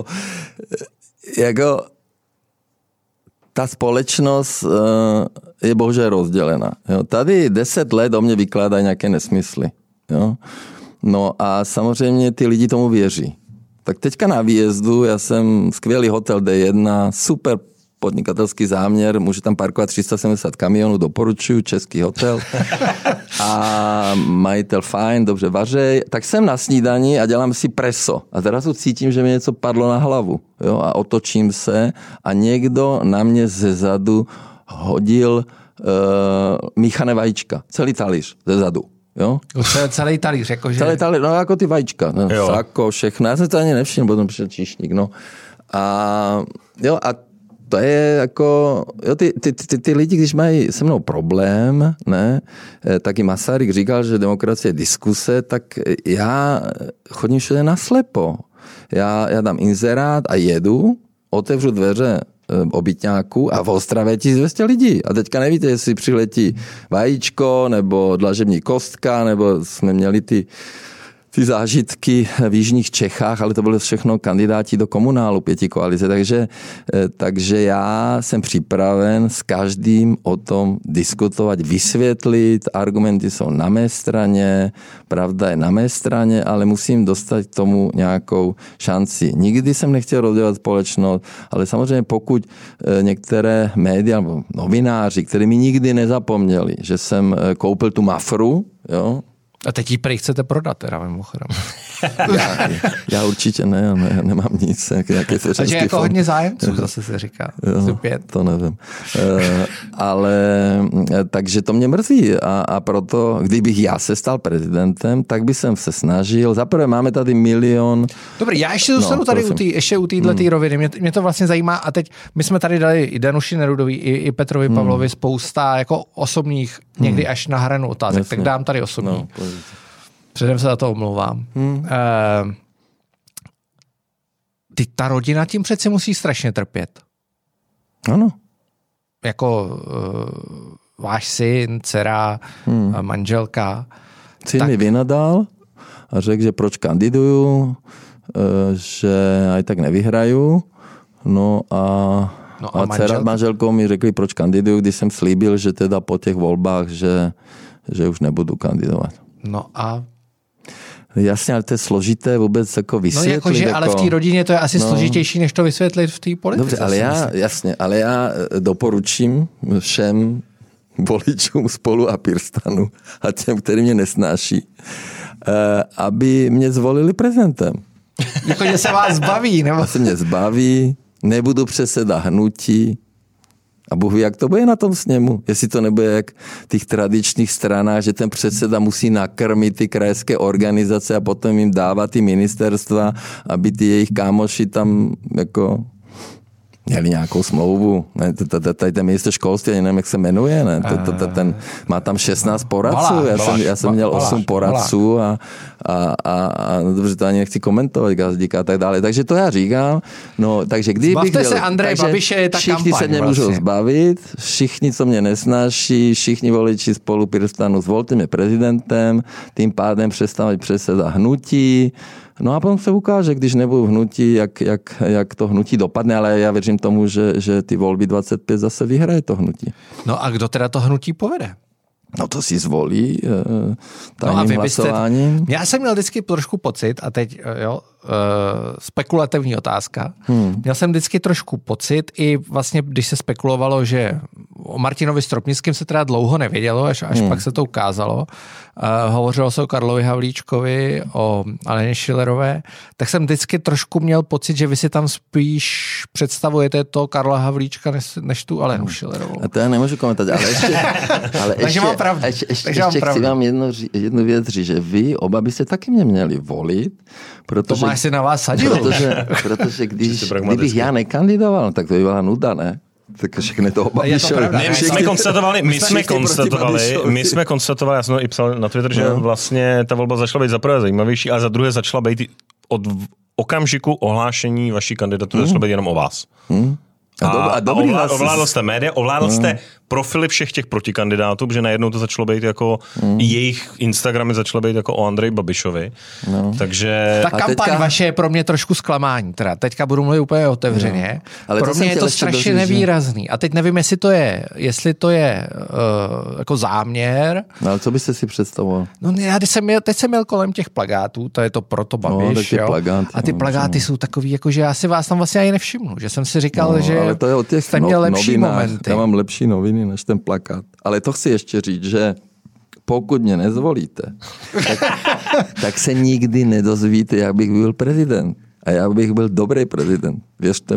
jako ta společnost uh, je bohužel rozdělená. Jo. Tady deset let o mě vykládají nějaké nesmysly. Jo. No a samozřejmě ty lidi tomu věří. Tak teďka na výjezdu, já jsem skvělý hotel D jedna, super podnikatelský záměr, může tam parkovat tři sta sedmdesát kamionů, doporučuju, český hotel. A majitel fajn, dobře vařej. Tak jsem na snídani a dělám si preso. A zrazu cítím, že mi něco padlo na hlavu. Jo? A otočím se a někdo na mě zezadu hodil uh, míchané vajíčka. Celý talíř zezadu. Jo? Celý talíř, jakože... Celý talíř, no jako ty vajíčka, no, sako, všechno. Já jsem to ani nevšiml, potom přišel číšník, no. A jo, a to je jako, jo, ty, ty, ty, ty lidi, když mají se mnou problém, ne, taky Masaryk říkal, že demokracie je diskuse, tak já chodím všude naslepo. Já, já dám inzerát a jedu, otevřu dveře obytňáku a v Ostravě je tisíc dvě stě lidí. A teďka nevíte, jestli přiletí vajíčko, nebo dlažební kostka, nebo jsme měli ty ty zážitky v jižních Čechách, ale to byly všechno kandidáti do komunálu pěti koalice, takže, takže já jsem připraven s každým o tom diskutovat, vysvětlit, argumenty jsou na mé straně, pravda je na mé straně, ale musím dostat k tomu nějakou šanci. Nikdy jsem nechtěl rozdělat společnost, ale samozřejmě pokud některé média nebo novináři, kteří mi nikdy nezapomněli, že jsem koupil tu Mafru, jo, a teď ji prý chcete prodat, teda mimochodem. já, já určitě ne, ne, nemám nic. Nějaký takže jako fond. Hodně zájemců, zase se říká. Jo, to nevím. E, ale takže to mě mrzí a, a proto, kdybych já se stal prezidentem, tak bych jsem se snažil. Zaprvé máme tady milion... Dobrý, já ještě zůstanu no, tady u tý, ještě u téhle hmm. roviny. Mě, mě to vlastně zajímá a teď my jsme tady dali i Danuši Nerudový, i, i Petrovi hmm. Pavlovi spousta jako osobních, někdy hmm. až na hranu otázek. Jasně. Tak dám tady osobní. No, předem se za to omlouvám. Hmm. Uh, ty, ta rodina tím přeci musí strašně trpět. Ano. Jako uh, váš syn, dcera, hmm. manželka. Syn tak... mi vynadal a řekl, že proč kandiduju, uh, že aj tak nevyhraju. No a, no a, a dcera s manželkou mi řekli, proč kandiduju, když jsem slíbil, že teda po těch volbách, že, že už nebudu kandidovat. No a... Jasně, ale to je složité vůbec jako vysvětlit. No jakože, jako... ale v té rodině to je asi no. složitější, než to vysvětlit v té politice. Dobře, ale já, jasně, ale já doporučím všem voličům Spolu a PirSTANu a těm, který mě nesnáší, aby mě zvolili prezidentem. Jakože se vás zbaví, nebo? A se mě zbaví, nebudu předseda hnutí, a Bůh ví, jak to bude na tom sněmu. Jestli to nebude jak v těch tradičních stranách, že ten předseda musí nakrmit ty krajské organizace a potom jim dávat ty ministerstva, aby ty jejich kámoši tam jako měli nějakou smlouvu. Tady ten ministr školství, nevím, jak se jmenuje, ne? Ten má tam šestnáct poradců. Já jsem, já jsem měl osm poradců a, a, a, a no dobře, to ani nechci komentovat, Gazdíka a tak dále. Takže to já říkám. No, takže kdybych Zbavte se Andrej Babiše, je ta všichni kampaň, se mě vlastně. Můžou zbavit, všichni, co mě nesnáší, všichni voliči Spolu PirSTANu, zvolte mě prezidentem, tím pádem přestávají předseda hnutí. No a potom se ukáže, když nebudu hnutí, jak, jak, jak to hnutí dopadne, ale já věřím tomu, že, že ty volby dvacet pět zase vyhraje to hnutí. No a kdo teda to hnutí povede? No to si zvolí e, tajným no hlasováním. Byste, já jsem měl vždycky trošku pocit, a teď jo, e, spekulativní otázka, hmm. měl jsem vždycky trošku pocit, i vlastně, když se spekulovalo, že o Martinovi Stropnickém se teda dlouho nevědělo, až, až hmm. pak se to ukázalo. E, hovořilo se o Karlovi Havlíčkovi, o Aleně Schillerové, tak jsem vždycky trošku měl pocit, že vy si tam spíš představujete to Karla Havlíčka než, než tu Alenu hmm. Schillerovou. A to já nemůžu komentovat, ale ještě... Ale ještě mám pravdu. Ještě, ještě, ještě chci vám jednu, jednu věc říct, že vy oba byste taky mě měli volit, protože... Tomáš si na vás sadil. Protože, protože když, kdybych já nekandidoval, tak to by byla nuda, ne? Tak všechny to oba vyšel. My jsme konstatovali, my jsme konstatovali, my jsme konstatovali, já jsem to i psal na Twitter, že no. vlastně ta volba začala být za prvé zajímavější a za druhé začala být od okamžiku ohlášení vaší kandidatury hmm. začala být jenom o vás. Hmm. A, a, a, dobrý a ovládl jste média, ovládl jste mm. profily všech těch protikandidátů, protože najednou to začalo být jako, mm. jejich Instagramy začaly být jako o Andreji Babišovi. No. Takže... Ta kampaň teďka... vaše je pro mě trošku zklamání. Teda teďka budu mluvit úplně otevřeně. No. Ale pro mě je to strašně nevýrazný. A teď nevím, jestli to je, jestli to je uh, jako záměr. No, ale co byste si představoval? No já teď jsem, měl, teď jsem měl kolem těch plakátů, to je to proto Babiš. No, jo? Plagáty, a ty no, plagáty no. jsou takový, jako, že já si vás tam vlastně ani nevšimnu. Že jsem si říkal, no, že... Ale to je o těch jste měl no, lepší novinách. Momenty. Já mám lepší noviny než ten plakát. Ale to chci ještě říct, že pokud mě nezvolíte, tak, tak se nikdy nedozvíte, jak bych byl prezident. A já bych byl dobrý prezident, věřte mi. A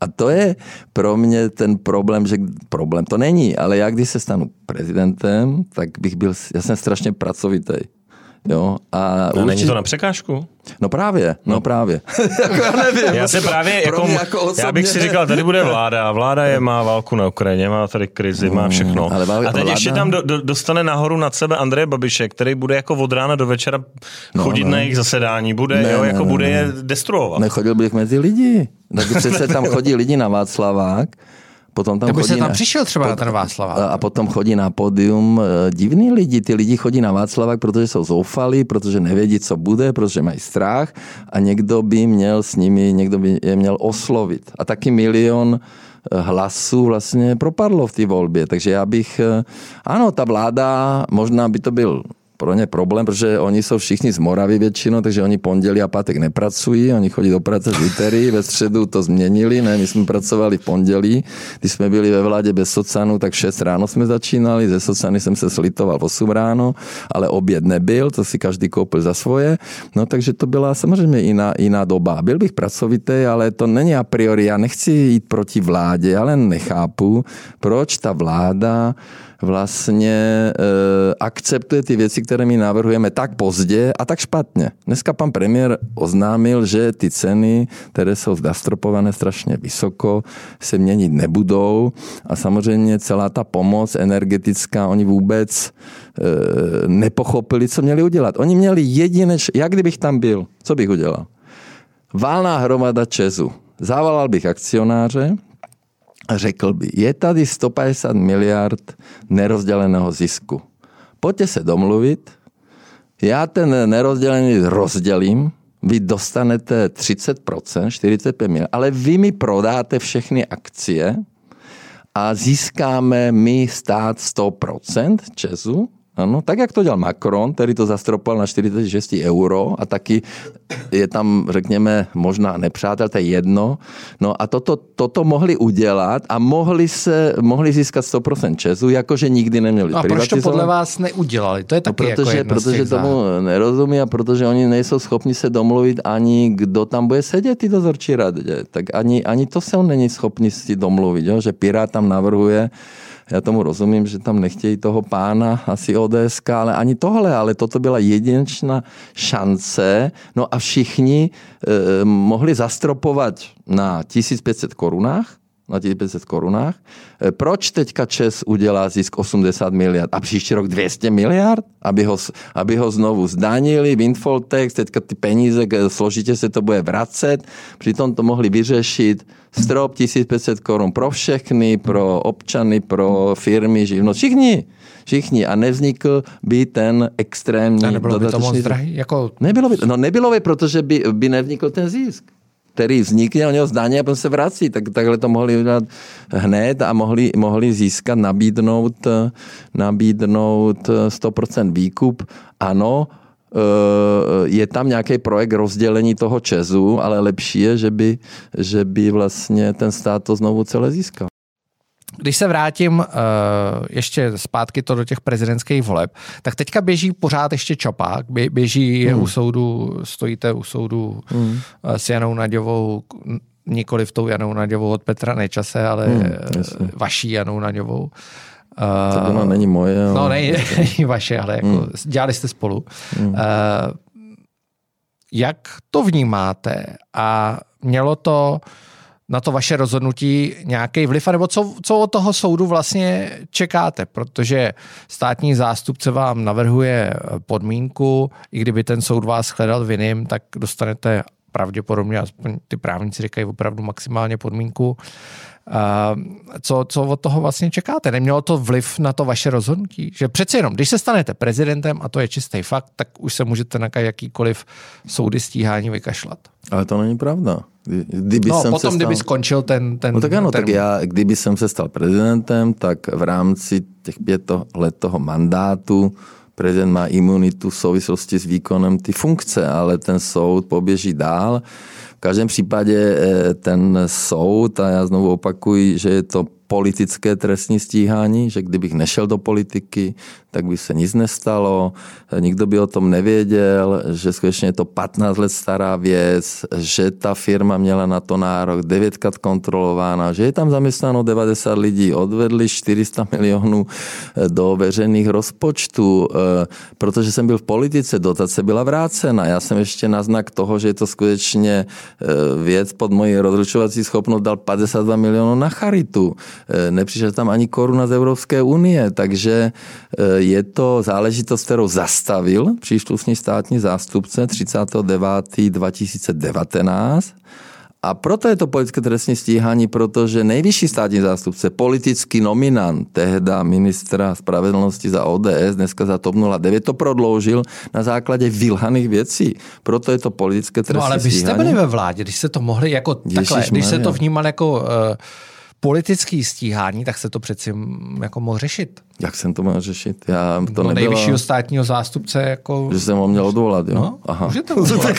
A to je pro mě ten problém, že problém to není, ale já když se stanu prezidentem, tak bych byl, já jsem strašně pracovitý. Jo, a no, určitě... Není to na překážku? No právě, no, no právě. já nevím. Já se právě, jako, jako já bych si říkal, tady bude vláda, vláda je, má válku na Ukrajině, má tady krizi, má všechno. Ale válka, a teď vláda... ještě tam do, do, dostane nahoru nad sebe Andreje Babiše, který bude jako od rána do večera chodit no, no. na jejich zasedání, bude, ne, jo, jako ne, bude ne. je destruovat. Nechodil bych mezi lidi. Tak přece tam chodí lidi na Václavák, potom tam tak by chodí se tam na, přišel třeba na ten Václavák. A potom chodí na pódium divní lidi. Ty lidi chodí na Václavák, protože jsou zoufalí, protože nevědí, co bude, protože mají strach a někdo by měl s nimi, někdo by je měl oslovit. A taky milion hlasů vlastně propadlo v té volbě. Takže já bych, ano, ta vláda, možná by to byl pro ně problém, protože oni jsou všichni z Moravy většinou, takže oni pondělí a pátek nepracují, oni chodí do práce z úterý, ve středu to změnili, ne, my jsme pracovali v pondělí, když jsme byli ve vládě bez socanu, tak v šest ráno jsme začínali, ze socany jsem se slitoval v osm ráno, ale oběd nebyl, to si každý koupil za svoje, no takže to byla samozřejmě jiná, jiná doba. Byl bych pracovitý, ale to není a priori, já nechci jít proti vládě, ale nechápu, proč ta vláda vlastně e, akceptuje ty věci, které my navrhujeme tak pozdě a tak špatně. Dneska pan premiér oznámil, že ty ceny, které jsou zastropované strašně vysoko, se měnit nebudou a samozřejmě celá ta pomoc energetická, oni vůbec e, nepochopili, co měli udělat. Oni měli jedineč, jak kdybych tam byl, co bych udělal? Valná hromada ČEZu. Zavolal bych akcionáře, a řekl by, je tady sto padesát miliard nerozděleného zisku. Pojďte se domluvit, já ten nerozdělený rozdělím, vy dostanete třicet procent, čtyřicet pět miliard, ale vy mi prodáte všechny akcie a získáme my stát sto procent ČEZu. Ano, tak jak to dělal Macron, který to zastropoval na čtyřicet šest euro a taky je tam, řekněme, možná nepřátel, to je jedno. No a toto, toto mohli udělat a mohli, se, mohli získat sto procent ČEZu, jakože nikdy neměli no a proč to podle vás neudělali? To je taky no, protože, jako protože tomu nerozumí a protože oni nejsou schopni se domluvit ani kdo tam bude sedět ty dozorčí radě. Tak ani, ani to se on není schopni si domluvit, jo? Že Pirát tam navrhuje. Já tomu rozumím, že tam nechtějí toho pána, asi O D S K, ale ani tohle, ale toto byla jedinečná šance. No a všichni eh, mohli zastropovat na tisíc pět set korunách, na tisíc pět set korunách. E, proč teďka ČEZ udělá zisk osmdesát miliard a příští rok dvě stě miliard? Aby ho, aby ho znovu zdanili, windfall tax, teďka ty peníze, složitě se to bude vracet. Přitom to mohli vyřešit strop tisíc pět set korun pro všechny, pro občany, pro firmy, živnost, všichni. Všichni. A nevznikl by ten extrémní a nebylo by to moc drahý? Jako... Nebylo by, no nebylo by, protože by, by nevznikl ten zisk, který vznikne, oni ho zdaní a potom se vrací. Tak, takhle to mohli udělat hned a mohli, mohli získat, nabídnout, nabídnout sto procent výkup. Ano, je tam nějaký projekt rozdělení toho ČEZu, ale lepší je, že by, že by vlastně ten stát to znovu celé získal. Když se vrátím uh, ještě zpátky to do těch prezidentských voleb, tak teďka běží pořád ještě čopák, Bě, běží hmm. u soudu, stojíte u soudu hmm. uh, s Janou Naďovou, nikoli v tou Janou Naďovou od Petra Nečase, ale hmm, vaší Janou Naďovou. Uh, to ona není moje. Ale... No není, není vaše, ale jako hmm. dělali jste spolu. Hmm. Uh, jak to vnímáte a mělo to na to vaše rozhodnutí nějaký vliv, nebo co, co od toho soudu vlastně čekáte, protože státní zástupce vám navrhuje podmínku, i kdyby ten soud vás shledal vinným, tak dostanete pravděpodobně, aspoň ty právníci říkají opravdu maximálně podmínku. Co, co od toho vlastně čekáte? Nemělo to vliv na to vaše rozhodnutí? Že přeci jenom, když se stanete prezidentem, a to je čistý fakt, tak už se můžete na jakýkoliv soudy stíhání vykašlat. Ale to není pravda. Kdyby no, jsem potom, se stal... kdyby skončil ten... ten no tak ano, ten... tak já, kdyby jsem se stal prezidentem, tak v rámci těch pět let toho mandátu prezident má imunitu v souvislosti s výkonem ty funkce, ale ten soud poběží dál. V každém případě ten soud, a já znovu opakuji, že je to politické trestní stíhání, že kdybych nešel do politiky, tak by se nic nestalo, nikdo by o tom nevěděl, že skutečně je to patnáct let stará věc, že ta firma měla na to nárok, devětkrát kontrolována, že je tam zaměstnáno devadesát lidí, odvedli čtyři sta milionů do veřejných rozpočtů, protože jsem byl v politice, dotace byla vrácena. Já jsem ještě na znak toho, že je to skutečně věc pod mojí rozručovací schopnost, dal padesát dva milionů na charitu. Nepřišel tam ani koruna z Evropské unie, takže je to záležitost, kterou zastavil příslušný státní zástupce třicátého devátého dva tisíce devatenáct. A proto je to politické trestní stíhání, protože nejvyšší státní zástupce, politický nominant, tehda ministra spravedlnosti za O D S, dneska za TOP nula devět, to prodloužil na základě vylhaných věcí. Proto je to politické trestní stíhání. No ale vy jste byli ve vládě, když se to mohli jako takhle, když se to vnímal jako uh, politický stíhání, tak se to přeci jako mohl řešit. Jak jsem to mohl řešit? Já to no, nebylo... nejvyššího státního zástupce jako... Že jsem ho měl odvolat, jo? No, aha. Můžete odvolat.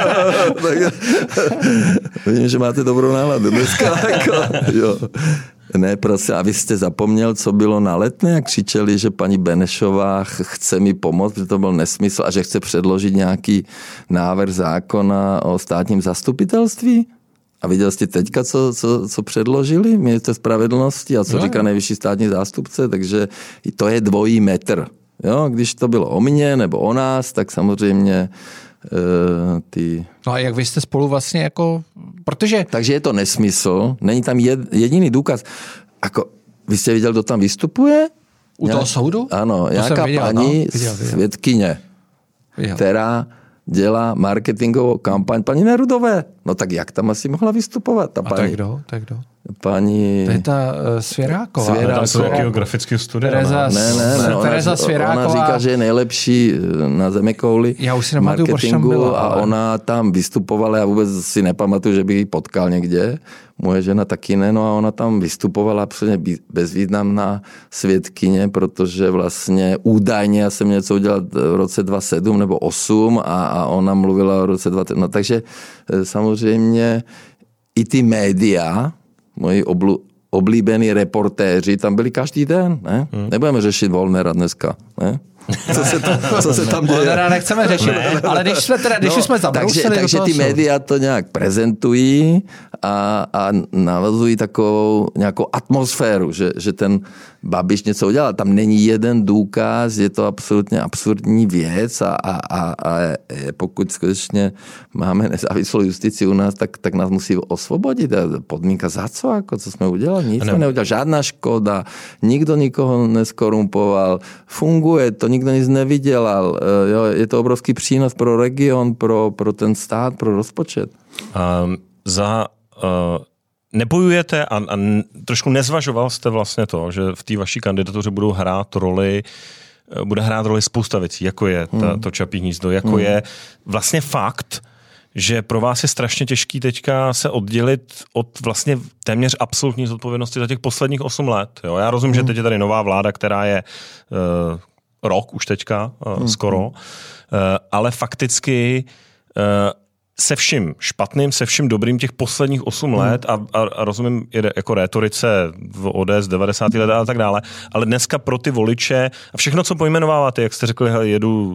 Vidím, že máte dobrou náladu dneska. Jo. Ne, prosím, a vy jste zapomněl, co bylo na Letné, jak křičeli, že paní Benešová chce mi pomoct, protože to byl nesmysl a že chce předložit nějaký návrh zákona o státním zastupitelství? A viděl jste teďka, co, co, co předložili ministr spravedlnosti a co no, říká nejvyšší státní zástupce, takže i to je dvojí metr. Jo? Když to bylo o mně nebo o nás, tak samozřejmě uh, ty... No a jak vy jste spolu vlastně jako... Protože... Takže je to nesmysl, není tam jed, jediný důkaz. Ako, vy jste viděl, kdo tam vystupuje? U toho soudu? Ano, to nějaká viděl, paní no? viděl, viděl. svědkyně, viděl. která dělá marketingovou kampaň paní Nerudové. No tak jak tam asi mohla vystupovat? Ta a paní, to je kdo? To je kdo? Paní... To je ta uh, Svěráková. Svěráková. To je geografického studia. Tereza, ne, ne, ne. Ona, Tereza Svěráková. Ona říká, že je nejlepší na zeměkouli Já už si nematuju, proč tam byla. A ale... ona tam vystupovala, já vůbec si nepamatuju, že bych ji potkal někde. Moje žena taky ne, no a ona tam vystupovala absolutně bezvýznamná svědkyně, protože vlastně údajně já jsem něco udělal v roce dva tisíce sedm nebo osm a, a ona mluvila o roce dva tisíce. No takže samozřejmě i ty média, moji oblu, oblíbení reportéři, tam byli každý den, ne? Hmm. Nebudeme řešit Wollnera dneska, ne? Co se, to, co se tam děje? Wollnera nechceme řešit, ne. ale když jsme, teda, když no, jsme zabrousili Takže, takže ty média to nějak prezentují a, a navazují takovou nějakou atmosféru, že, že ten Babiš něco udělal. Tam není jeden důkaz, je to absolutně absurdní věc a, a, a, a pokud skutečně máme nezávislou justici u nás, tak, tak nás musí osvobodit. Podmínka za co? Jako, co jsme udělali? Nic jsme neudělali. Žádná škoda, nikdo nikoho neskorumpoval, funguje to, nikdo nic nevydělal. Jo, je to obrovský přínos pro region, pro, pro ten stát, pro rozpočet. Um, za... Uh... Nebojujete a, a trošku nezvažoval jste vlastně to, že v té vaší kandidatuře budou hrát roli, bude hrát roli spousta věcí, jako je ta, hmm. to Čapí hnízdo, jako hmm. je vlastně fakt, že pro vás je strašně těžký teďka se oddělit od vlastně téměř absolutní zodpovědnosti za těch posledních osm let. Jo? Já rozumím, hmm. že teď je tady nová vláda, která je uh, rok už teďka, uh, hmm. skoro, uh, ale fakticky uh, se vším špatným, se vším dobrým těch posledních osm let a, a, a rozumím jako rétorice v O D S devadesátých let a tak dále, ale dneska pro ty voliče a všechno, co pojmenováváte, jak jste řekli, hele, jedu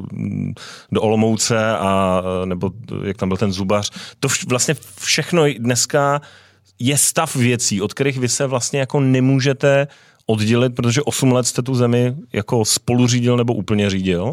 do Olomouce a nebo jak tam byl ten zubař, to vš, vlastně všechno dneska je stav věcí, od kterých vy se vlastně jako nemůžete oddělit, protože osm let jste tu zemi jako spolu řídil nebo úplně řídil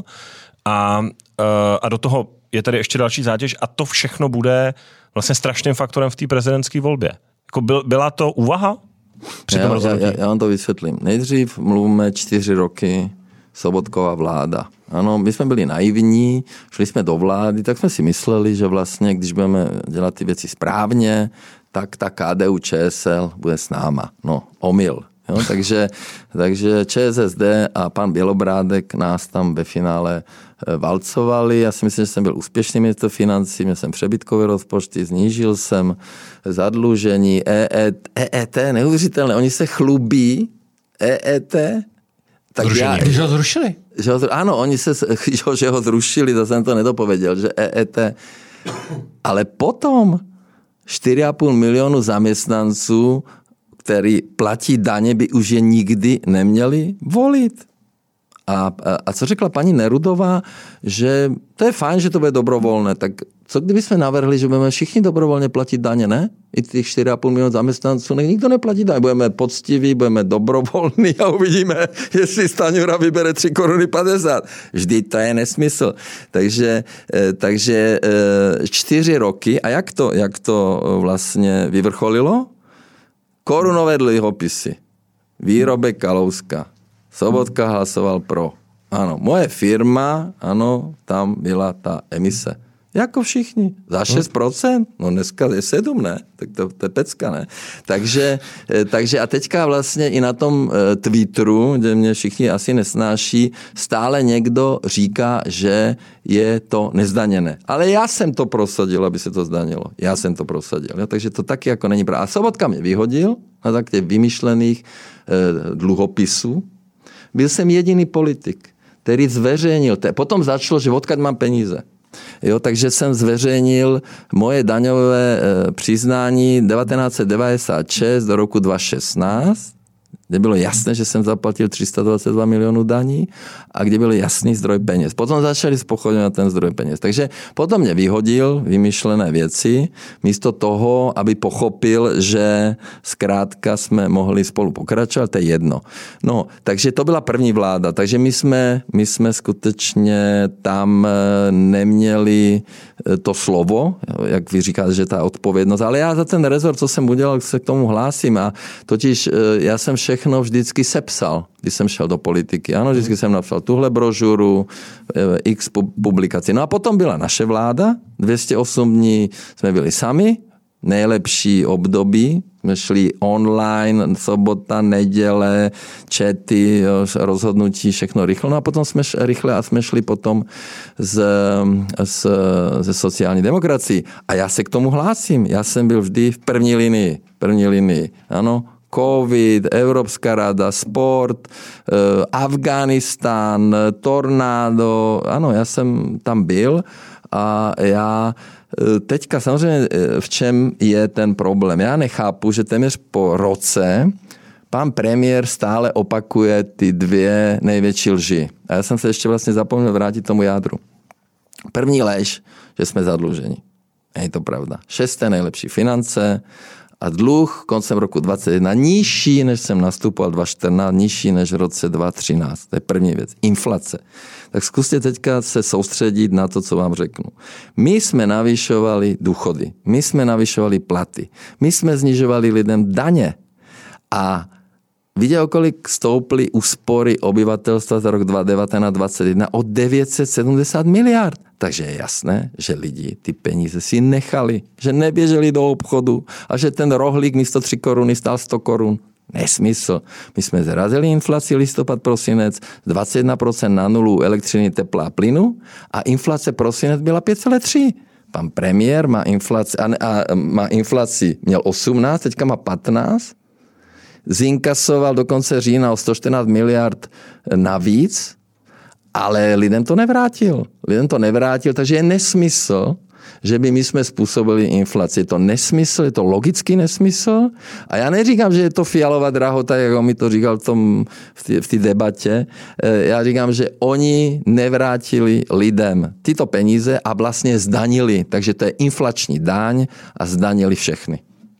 a, a do toho je tady ještě další zátěž a to všechno bude vlastně strašným faktorem v té prezidentské volbě. Jako byl, byla to úvaha? Já, já, já, já vám to vysvětlím. Nejdřív mluvíme čtyři roky Sobotkova vláda. Ano, my jsme byli naivní, šli jsme do vlády, tak jsme si mysleli, že vlastně, když budeme dělat ty věci správně, tak ta K D U Č S L bude s náma. No, omyl. Jo, takže, takže Č S S D a pan Bělobrádek nás tam ve finále valcovali. Já si myslím, že jsem byl úspěšný ministr financí, měl jsem přebytkové rozpočty, znížil jsem zadlužení, E E T, neuvěřitelné, oni se chlubí, E E T. Tak já, když ho zrušili? Že ho, ano, oni se, že ho zrušili, to jsem to nedopověděl, že E E T. Ale potom čtyři a půl milionu zaměstnanců, který platí daně, by už je nikdy neměli volit. A, a, a co řekla paní Nerudová, že to je fajn, že to bude dobrovolné, tak co kdyby jsme navrhli, že budeme všichni dobrovolně platit daně, ne? I těch čtyři a půl milionu zaměstnanců, nech nikdo neplatí daně. Budeme poctiví, budeme dobrovolní a uvidíme, jestli Staňura vybere tři koruny padesát. Vždyť to je nesmysl. Takže, takže čtyři roky, a jak to, jak to vlastně vyvrcholilo? Korunové dluhopisy, výrobek Kalouska. Sobotka hlasoval pro. Ano, moje firma, ano, tam byla ta emise. Jako všichni. Za šest procent? No dneska je sedm, ne? Tak to, to je pecka, ne? Takže, takže a teďka vlastně i na tom Twitteru, kde mě všichni asi nesnáší, stále někdo říká, že je to nezdaněné. Ale já jsem to prosadil, aby se to zdanilo. Já jsem to prosadil. Ja? Takže to taky jako není pravda. A Sobotka mě vyhodil na tak těch vymyšlených eh, dluhopisů. Byl jsem jediný politik, který zveřejnil. Potom začalo, že odkud mám peníze. Jo, takže jsem zveřejnil moje daňové e, přiznání devatenáct set devadesát šest do roku dva tisíce šestnáct, kde bylo jasné, že jsem zaplatil tři sta dvacet dva milionů daní a kde byl jasný zdroj peněz. Potom začali zpochybňovat ten zdroj peněz. Takže potom mě vyhodil vymyšlené věci, místo toho, aby pochopil, že zkrátka jsme mohli spolu pokračovat, to je jedno. No, takže to byla první vláda, takže my jsme, my jsme skutečně tam neměli to slovo, jak vy říkáte, že ta odpovědnost, ale já za ten rezort, co jsem udělal, se k tomu hlásím a totiž já jsem všechno vždycky sepsal, když jsem šel do politiky. Ano, vždycky jsem napsal tuhle brožuru, x publikací. No a potom byla naše vláda, dvě stě osm dní jsme byli sami, nejlepší období, jsme šli online, sobota, neděle, chaty, jo, rozhodnutí, všechno rychle. No a potom jsme šli rychle a jsme šli potom z, z, ze sociální demokracii. A já se k tomu hlásím. Já jsem byl vždy v první linii. První linii, ano. COVID, Evropská rada, sport, Afghánistán, tornádo. Ano, já jsem tam byl a já teďka samozřejmě v čem je ten problém. Já nechápu, že téměř po roce pan premiér stále opakuje ty dvě největší lži. A já jsem se ještě vlastně zapomněl vrátit tomu jádru. První lež, že jsme zadluženi. Je to pravda. Šesté nejlepší finance a dluh koncem roku dvacet jedna nižší, než jsem nastupoval dva tisíce čtrnáct, nižší než v roce dva tisíce třináct. To je první věc. Inflace. Tak zkuste teďka se soustředit na to, co vám řeknu. My jsme navyšovali důchody, my jsme navyšovali platy, my jsme znižovali lidem daně a viděl, kolik stouply úspory obyvatelstva za rok dva tisíce devatenáct dvacet jedna o devět set sedmdesát miliard. Takže je jasné, že lidi ty peníze si nechali, že neběželi do obchodu a že ten rohlík místo tři koruny stál sto korun. Nesmysl. My jsme zrazili inflaci listopad, prosinec z dvacet jedna procent na nulu elektřiny, tepla a plynu a inflace prosinec byla pět celá tři. Pan premiér má inflaci, a, a, má inflaci, měl osmnáct, teďka má patnáct. Zinkasoval do konce října o sto čtrnáct miliard navíc, ale lidem to nevrátil. Lidem to nevrátil, takže je nesmysl, že by my jsme způsobili inflaci. Je to nesmysl, je to logický nesmysl. A já neříkám, že je to Fialová drahota, jak on mi to říkal v tom, v té debatě. Já říkám, že oni nevrátili lidem tyto peníze a vlastně zdanili. Takže to je inflační daň a zdanili všechny.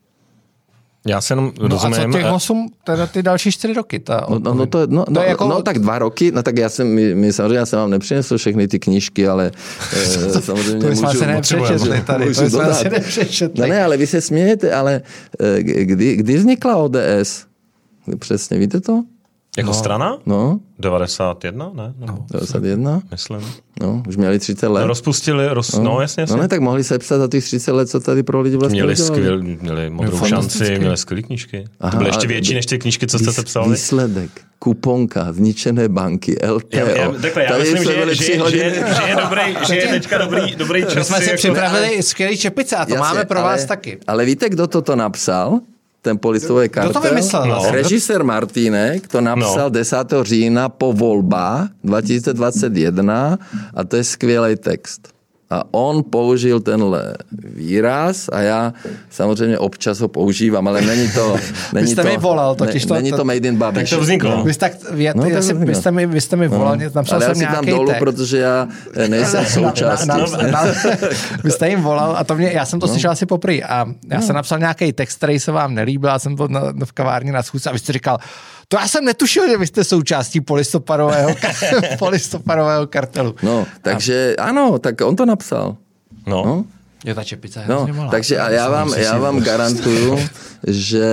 Já se jenom no rozumím. A co těch osm, teda ty další čtyři roky? Ta no, no, no, to, no, to no, jako... no tak dva roky, no tak já jsem, my, my samozřejmě, já jsem vám nepřinesl všechny ty knížky, ale eh, samozřejmě to můžu, se nepřečetli tady, můžu to dodat. jsme se nepřečetli. No ne, ale vy se smějete, ale eh, kdy, kdy vznikla O D S? Přesně, víte to? Jako no. strana? No. devadesát jedna, ne? Nebo devadesát jedna? Myslím. No, už měli třicet let. No, rozpustili, roz... no. no jasně, jasně. No ne, tak mohli sepsat za těch třicet let, co tady pro lidi vlastně měli skvěl, měli modrou šanci, měli skvělé knížky. Aha, to byly ještě větší než ty knížky, co jste sepsali. Výsledek, kuponka, zničené banky, L T O. Já, já, takhle, já myslím, že, že, že, že, je dobrý, že je teďka dobrý, dobrý čas. My jsme si jako připravili skvělý čepice a to jasně, máme pro ale, vás taky. Ale víte, kdo toto napsal? Ten polistový kartel. Kdo to vymyslel? No. Režisér Martínek to napsal no. desátého října po volbách dva tisíce dvacet jedna a to je skvělý text. A on použil tenhle výraz a já samozřejmě občas ho používám, ale není to... Není vy jste to, mi volal, totiž ne, to... Není to made in Babiš. Tak to vzniklo. Vy, tak, vy, no, ty, asi, vy, jste mi, vy jste mi volal, no. napsal ale jsem já si nějaký tam dolů, text. protože já nejsem součástí. Na, na, na, na, vy jste jim volal a to mě, já jsem to no. slyšel asi poprvé a já no. jsem napsal nějaký text, který se vám nelíbil, já jsem to na, v kavárně na schůzce a vy jste říkal, to já jsem netušil, že vy jste součástí polistopadového, polistopadového kartelu. No, takže a... ano, tak on to napsal. No. no. Jo, ta čepice je no, malá. Takže a já vám, já vám garantuju, že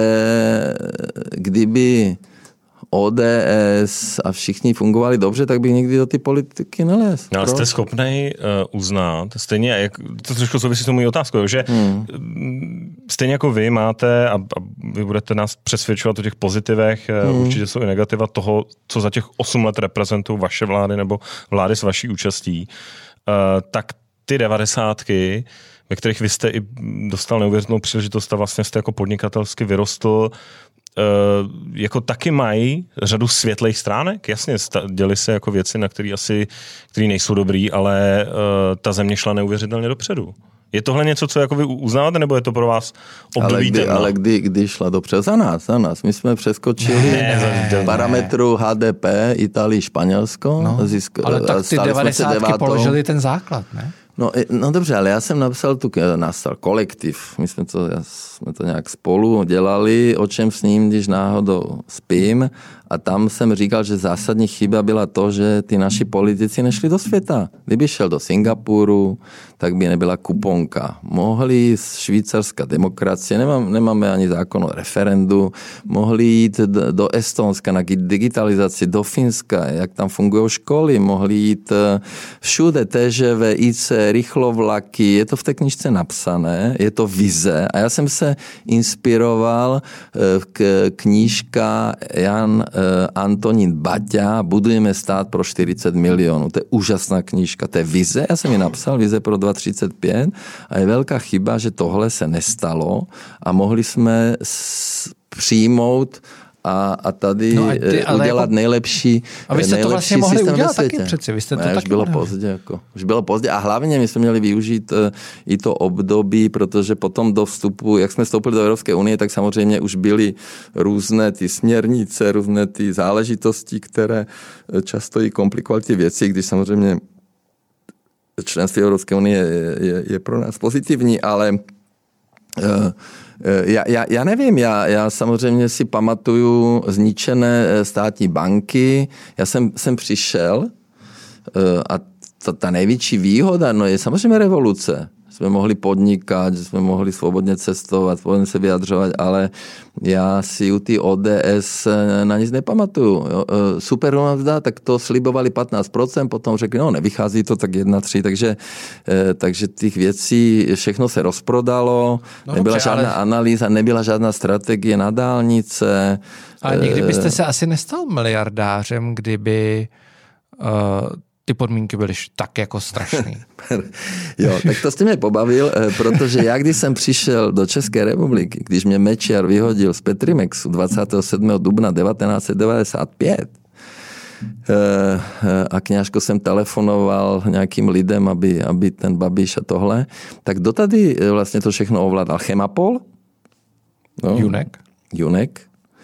kdyby O D S a všichni fungovali dobře, tak bych nikdy do ty politiky nelez. No, ale jste schopnej uh, uznat, stejně, jak, to trošku souvisí s tou mojí otázkou, že hmm. stejně jako vy máte a, a vy budete nás přesvědčovat o těch pozitivech, hmm. určitě jsou i negativa toho, co za těch osm let reprezentují vaše vlády nebo vlády s vaší účastí, uh, tak ty devadesátky, ve kterých vy jste i dostal neuvěřitelnou příležitost a vlastně jste jako podnikatelsky vyrostl, Uh, jako taky mají řadu světlých stránek. Jasně, děli se jako věci, na které asi který nejsou dobrý, ale uh, ta země šla neuvěřitelně dopředu. Je tohle něco, co jako vy uznáváte, nebo je to pro vás období? Ale kdy, ale kdy, kdy šla dopředu? Za nás, za nás. My jsme přeskočili ne, ne, parametru H D P Itálii, Španělsko. No, zisk, ale tak ty devadesátky položili ten základ, ne? No, no dobře, ale já jsem napsal tu, nastal kolektiv. My jsme to, jsme to nějak spolu dělali, o čem s ním, když náhodou spím. A tam jsem říkal, že zásadní chyba byla to, že ty naši politici nešli do světa. Kdyby šel do Singapuru, tak by nebyla kuponka. Mohli z švýcarská demokracie, nemám, nemáme ani zákon o referendu, mohli jít do Estonska na digitalizaci, do Finska, jak tam fungují školy, mohli jít všude, T Ž V, I C, rychlovlaky, je to v té knižce napsané, je to vize. A já jsem se inspiroval k knížka Jan Antonín Baťa, Budujeme stát pro čtyřicet milionů. To je úžasná knížka, to je vize, já jsem ji napsal, vize pro dva tisíce třicet pět a je velká chyba, že tohle se nestalo a mohli jsme přijmout a, a tady no a ty, udělat jako, nejlepší a vy jste to vlastně mohli udělat taky přeci, vy jste to ne, taky už bylo pozdě, jako, už bylo pozdě a hlavně my jsme měli využít uh, i to období, protože potom do vstupu, jak jsme vstoupili do Evropské unie, tak samozřejmě už byly různé ty směrnice, různé ty záležitosti, které často i komplikovaly ty věci, když samozřejmě členství Evropské unie je, je, je pro nás pozitivní, ale uh, Já, já, já nevím, já, já samozřejmě si pamatuju zničené státní banky. Já jsem, jsem přišel a ta, ta největší výhoda no je samozřejmě revoluce. Jsme mohli podnikat, že jsme mohli svobodně cestovat, svobodně se vyjadřovat, ale já si u ty O D S na nic nepamatuju. Jo. Super mzda, tak to slibovali patnáct procent, potom řekli, no nevychází to, tak jedna tři, takže, takže těch věcí všechno se rozprodalo, no, nebyla dobře, žádná ale... analýza, nebyla žádná strategie na dálnice. Ale nikdy byste se asi nestal miliardářem, kdyby... Uh... ty podmínky byly tak jako strašný. Jo, tak to jste mě pobavil, protože já, když jsem přišel do České republiky, když mě Mečiar vyhodil z Petrimexu dvacátého sedmého dubna devatenáct set devadesát pět a kňažko jsem telefonoval nějakým lidem, aby, aby ten Babiš a tohle, tak kdo tady vlastně to všechno ovládal? Chemapol? No. Junek. Junek.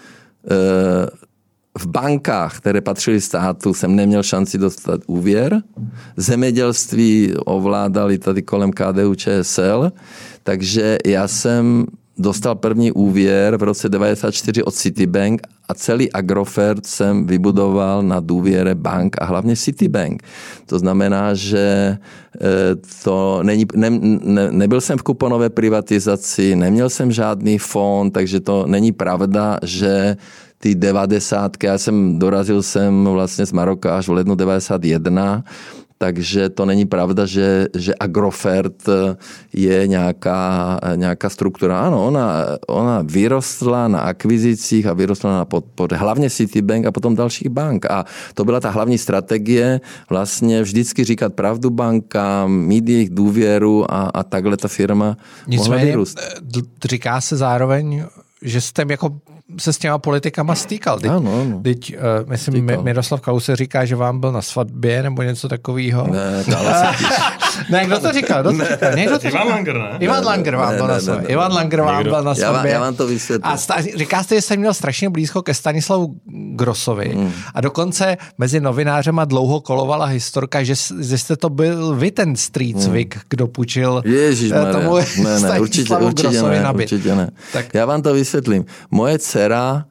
V bankách, které patřily státu, jsem neměl šanci dostat úvěr. Zemědělství ovládali tady kolem K D U Č S L, takže já jsem dostal první úvěr v roce devadesát čtyři od Citibank a celý Agrofert jsem vybudoval na důvěře bank a hlavně Citibank. To znamená, že to není, ne, ne, nebyl jsem v kuponové privatizaci, neměl jsem žádný fond, takže to není pravda, že ty devadesátky, já jsem dorazil jsem vlastně z Maroka až v lednu devadesát jedna, takže to není pravda, že, že Agrofert je nějaká, nějaká struktura. Ano, ona, ona vyrostla na akvizicích a vyrostla na podpoře. Hlavně Citibank a potom dalších bank. A to byla ta hlavní strategie, vlastně vždycky říkat pravdu bankám, mít jejich důvěru a, a takhle ta firma mohla vyrůst. Říká se zároveň, že jste jako se s těma politikama stýkal. Teď, ano, ano. teď uh, myslím, stýkal. Miroslav Kalousek říká, že vám byl na svatbě nebo něco takového. Ne, ale Ne, kdo to říkal? Kdo to říkal? Někdo to Ivan Langer, ne? Ivan Langer vám byl na svatbě. Ivan Langer vám byl na svatbě. Já vám to vysvětlím. A sta- říká jste, že jsem měl strašně blízko ke Stanislavu Grossovi hmm. a dokonce mezi novinářema dlouho kolovala historka, že, že jste to byl vy ten streetsvik, hmm. kdo půjčil tomu ne, ne, určitě, určitě ne, určitě ne. Tak. Já vám to vysvětlím. Moje dcera,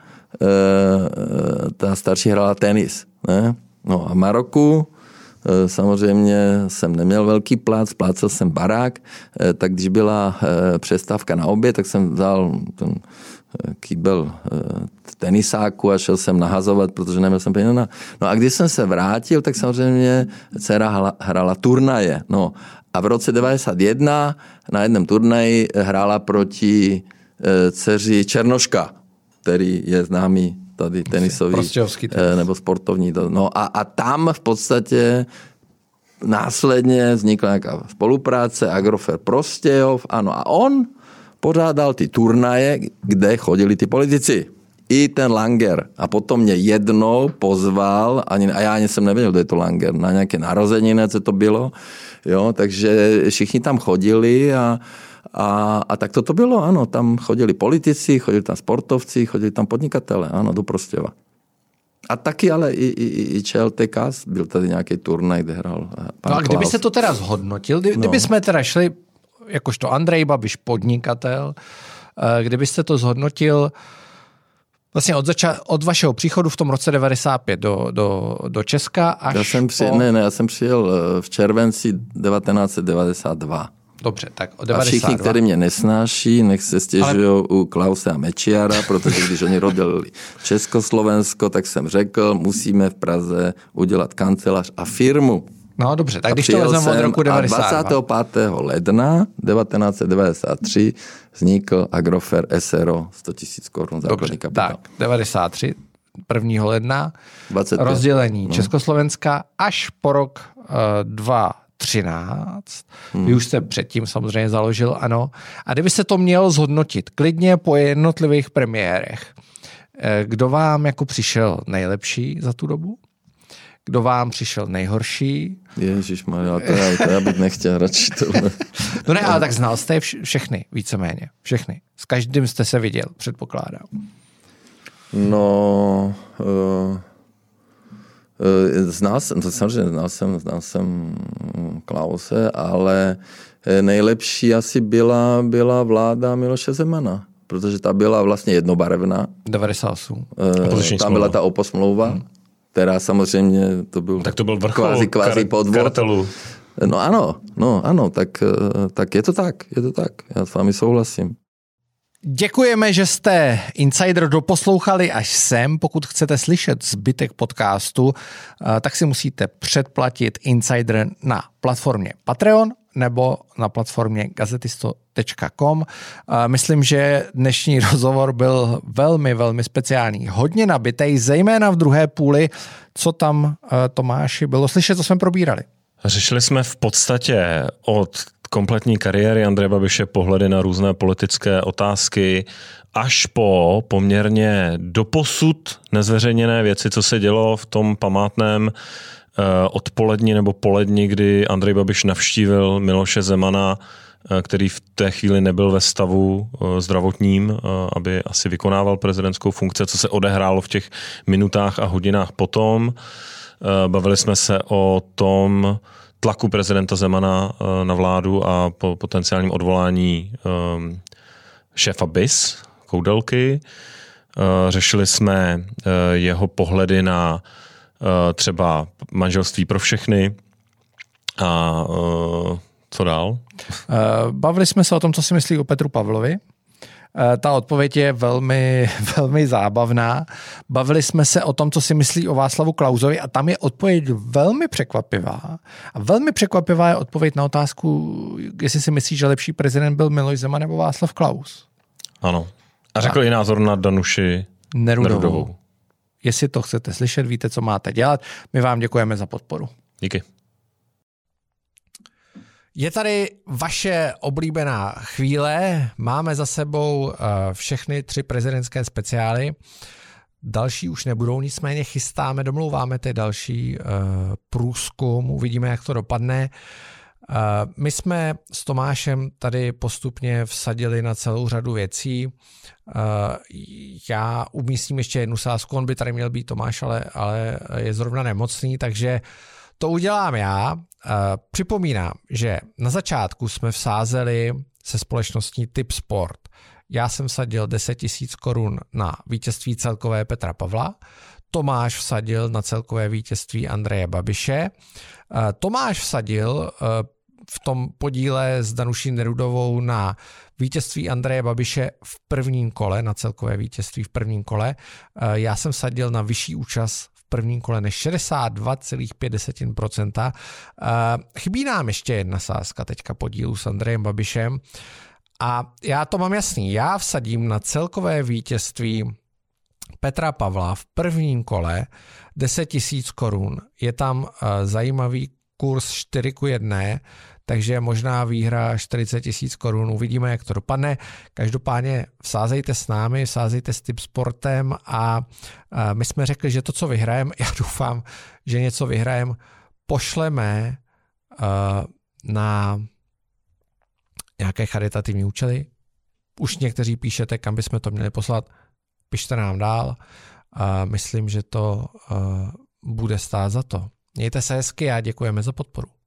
ta starší hrála tenis, ne? No a v Maroku samozřejmě jsem neměl velký plác, splácel jsem barák, tak když byla přestávka na oběd, tak jsem vzal ten kýbel tenisáku a šel jsem nahazovat, protože neměl jsem peníze na... No a když jsem se vrátil, tak samozřejmě dcera hrála turnaje. No a v roce devadesát jedna na jednom turnaji hrála proti dceři Černoška, který je známý tady tenisový nebo sportovní. No a, a tam v podstatě následně vznikla nějaká spolupráce, Agrofert Prostějov, ano, a on pořádal ty turnaje, kde chodili ty politici. I ten Langer. A potom mě jednou pozval, ani, a já ani jsem nevěděl, kdo je to Langer, na nějaké narozeniny, co to bylo. Jo, takže všichni tam chodili a A, a tak toto bylo, ano, tam chodili politici, chodili tam sportovci, chodili tam podnikatele, ano, do Prostějova. A taky ale i, i, i ČLTK, byl tady nějaký turnaj, kde hrál pan No a kdyby se to teda zhodnotil, kdy, no. kdyby jsme teda šli, jakožto Andrej Babiš, podnikatel, kdybyste to zhodnotil vlastně od, zača- od vašeho příchodu v tom roce devadesát pět do, do, do Česka až já jsem přijel, po... Ne, ne, já jsem přijel v červenci devatenáct set devadesát dva. Dobře, tak od devadesát dva. A všichni, kteří mě nesnáší, nech se stěžují ale... u Klause a Mečiara, protože když oni rodili Československo, tak jsem řekl, musíme v Praze udělat kancelář a firmu. No dobře, tak a když to vezmeme od roku devadesát dva. A dvacátého pátého ledna devatenáct set devadesát tři vznikl Agrofert S R O, sto tisíc korun základní kapitál. Tak, devadesát tři, prvního ledna, rozdělení no. Československa až po rok uh, dva třináct. Hmm. Vy už jste předtím samozřejmě založil, ano. A kdyby se to měl zhodnotit klidně po jednotlivých premiérech, kdo vám jako přišel nejlepší za tu dobu? Kdo vám přišel nejhorší? Ježišmarja, to, já, to já bych nechtěl radši tohle. No ne, ale tak znal jste všechny, víceméně. Všechny. S každým jste se viděl, předpokládám. No... Uh... Znal jsem, to samozřejmě znal jsem, znal jsem Klause, ale nejlepší asi byla, byla vláda Miloše Zemana, protože ta byla vlastně jednobarevná. devadesát osm. Tam smlouva. Byla ta oposmlouva, hmm. která samozřejmě to byl, tak to byl vrchol kvázi, kvázi kar- podvod. kartelu. No ano, no ano, tak, tak je to tak, je to tak, já s vámi souhlasím. Děkujeme, že jste Insider doposlouchali až sem. Pokud chcete slyšet zbytek podcastu, tak si musíte předplatit Insider na platformě Patreon nebo na platformě gazetisto tečka com. Myslím, že dnešní rozhovor byl velmi, velmi speciální. Hodně nabitej, zejména v druhé půli. Co tam, Tomáši, bylo slyšet, co jsme probírali? Řešili jsme v podstatě od kompletní kariéry Andreje Babiše, pohledy na různé politické otázky, až po poměrně doposud nezveřejněné věci, co se dělo v tom památném odpoledni nebo poledni, kdy Andrej Babiš navštívil Miloše Zemana, který v té chvíli nebyl ve stavu zdravotním, aby asi vykonával prezidentskou funkci, co se odehrálo v těch minutách a hodinách potom. Bavili jsme se o tom tlaku prezidenta Zemana na vládu a po potenciálním odvolání šéfa B I S, Koudelky. Řešili jsme jeho pohledy na třeba manželství pro všechny a co dál? Bavili jsme se o tom, co si myslí o Petru Pavlovi. Ta odpověď je velmi, velmi zábavná. Bavili jsme se o tom, co si myslí o Václavu Klausovi a tam je odpověď velmi překvapivá. A velmi překvapivá je odpověď na otázku, jestli si myslí, že lepší prezident byl Miloš Zeman nebo Václav Klaus. Ano. A řekl a i názor na Danuši Nerudovou. Nerudovou. Jestli to chcete slyšet, víte, co máte dělat. My vám děkujeme za podporu. Díky. Je tady vaše oblíbená chvíle. Máme za sebou všechny tři prezidentské speciály. Další už nebudou, nicméně chystáme, domlouváme ty další průzkum. Uvidíme, jak to dopadne. My jsme s Tomášem tady postupně vsadili na celou řadu věcí. Já umístím ještě jednu sázku, on by tady měl být Tomáš, ale, ale je zrovna nemocný, takže to udělám já. Připomínám, že na začátku jsme vsázeli se společností Tip Sport. Já jsem vsadil deset tisíc korun na vítězství celkové Petra Pavla, Tomáš vsadil na celkové vítězství Andreje Babiše, Tomáš vsadil v tom podíle s Danuší Nerudovou na vítězství Andreje Babiše v prvním kole, na celkové vítězství v prvním kole. Já jsem vsadil na vyšší účast v prvním kole než šedesát dva celá pět procenta. Chybí nám ještě jedna sázka teďka podílu s Andrejem Babišem a já to mám jasný. Já vsadím na celkové vítězství Petra Pavla v prvním kole deset tisíc korun. Je tam zajímavý kurz čtyři ku jedné, takže možná výhra čtyřicet tisíc korun. Uvidíme, jak to dopadne. Každopádně vsázejte s námi, vsázejte s Tip Sportem a my jsme řekli, že to, co vyhrajeme, já doufám, že něco vyhrajeme, pošleme na nějaké charitativní účely. Už někteří píšete, kam bychom to měli poslat. Pište nám dál. Myslím, že to bude stát za to. Mějte se hezky a děkujeme za podporu.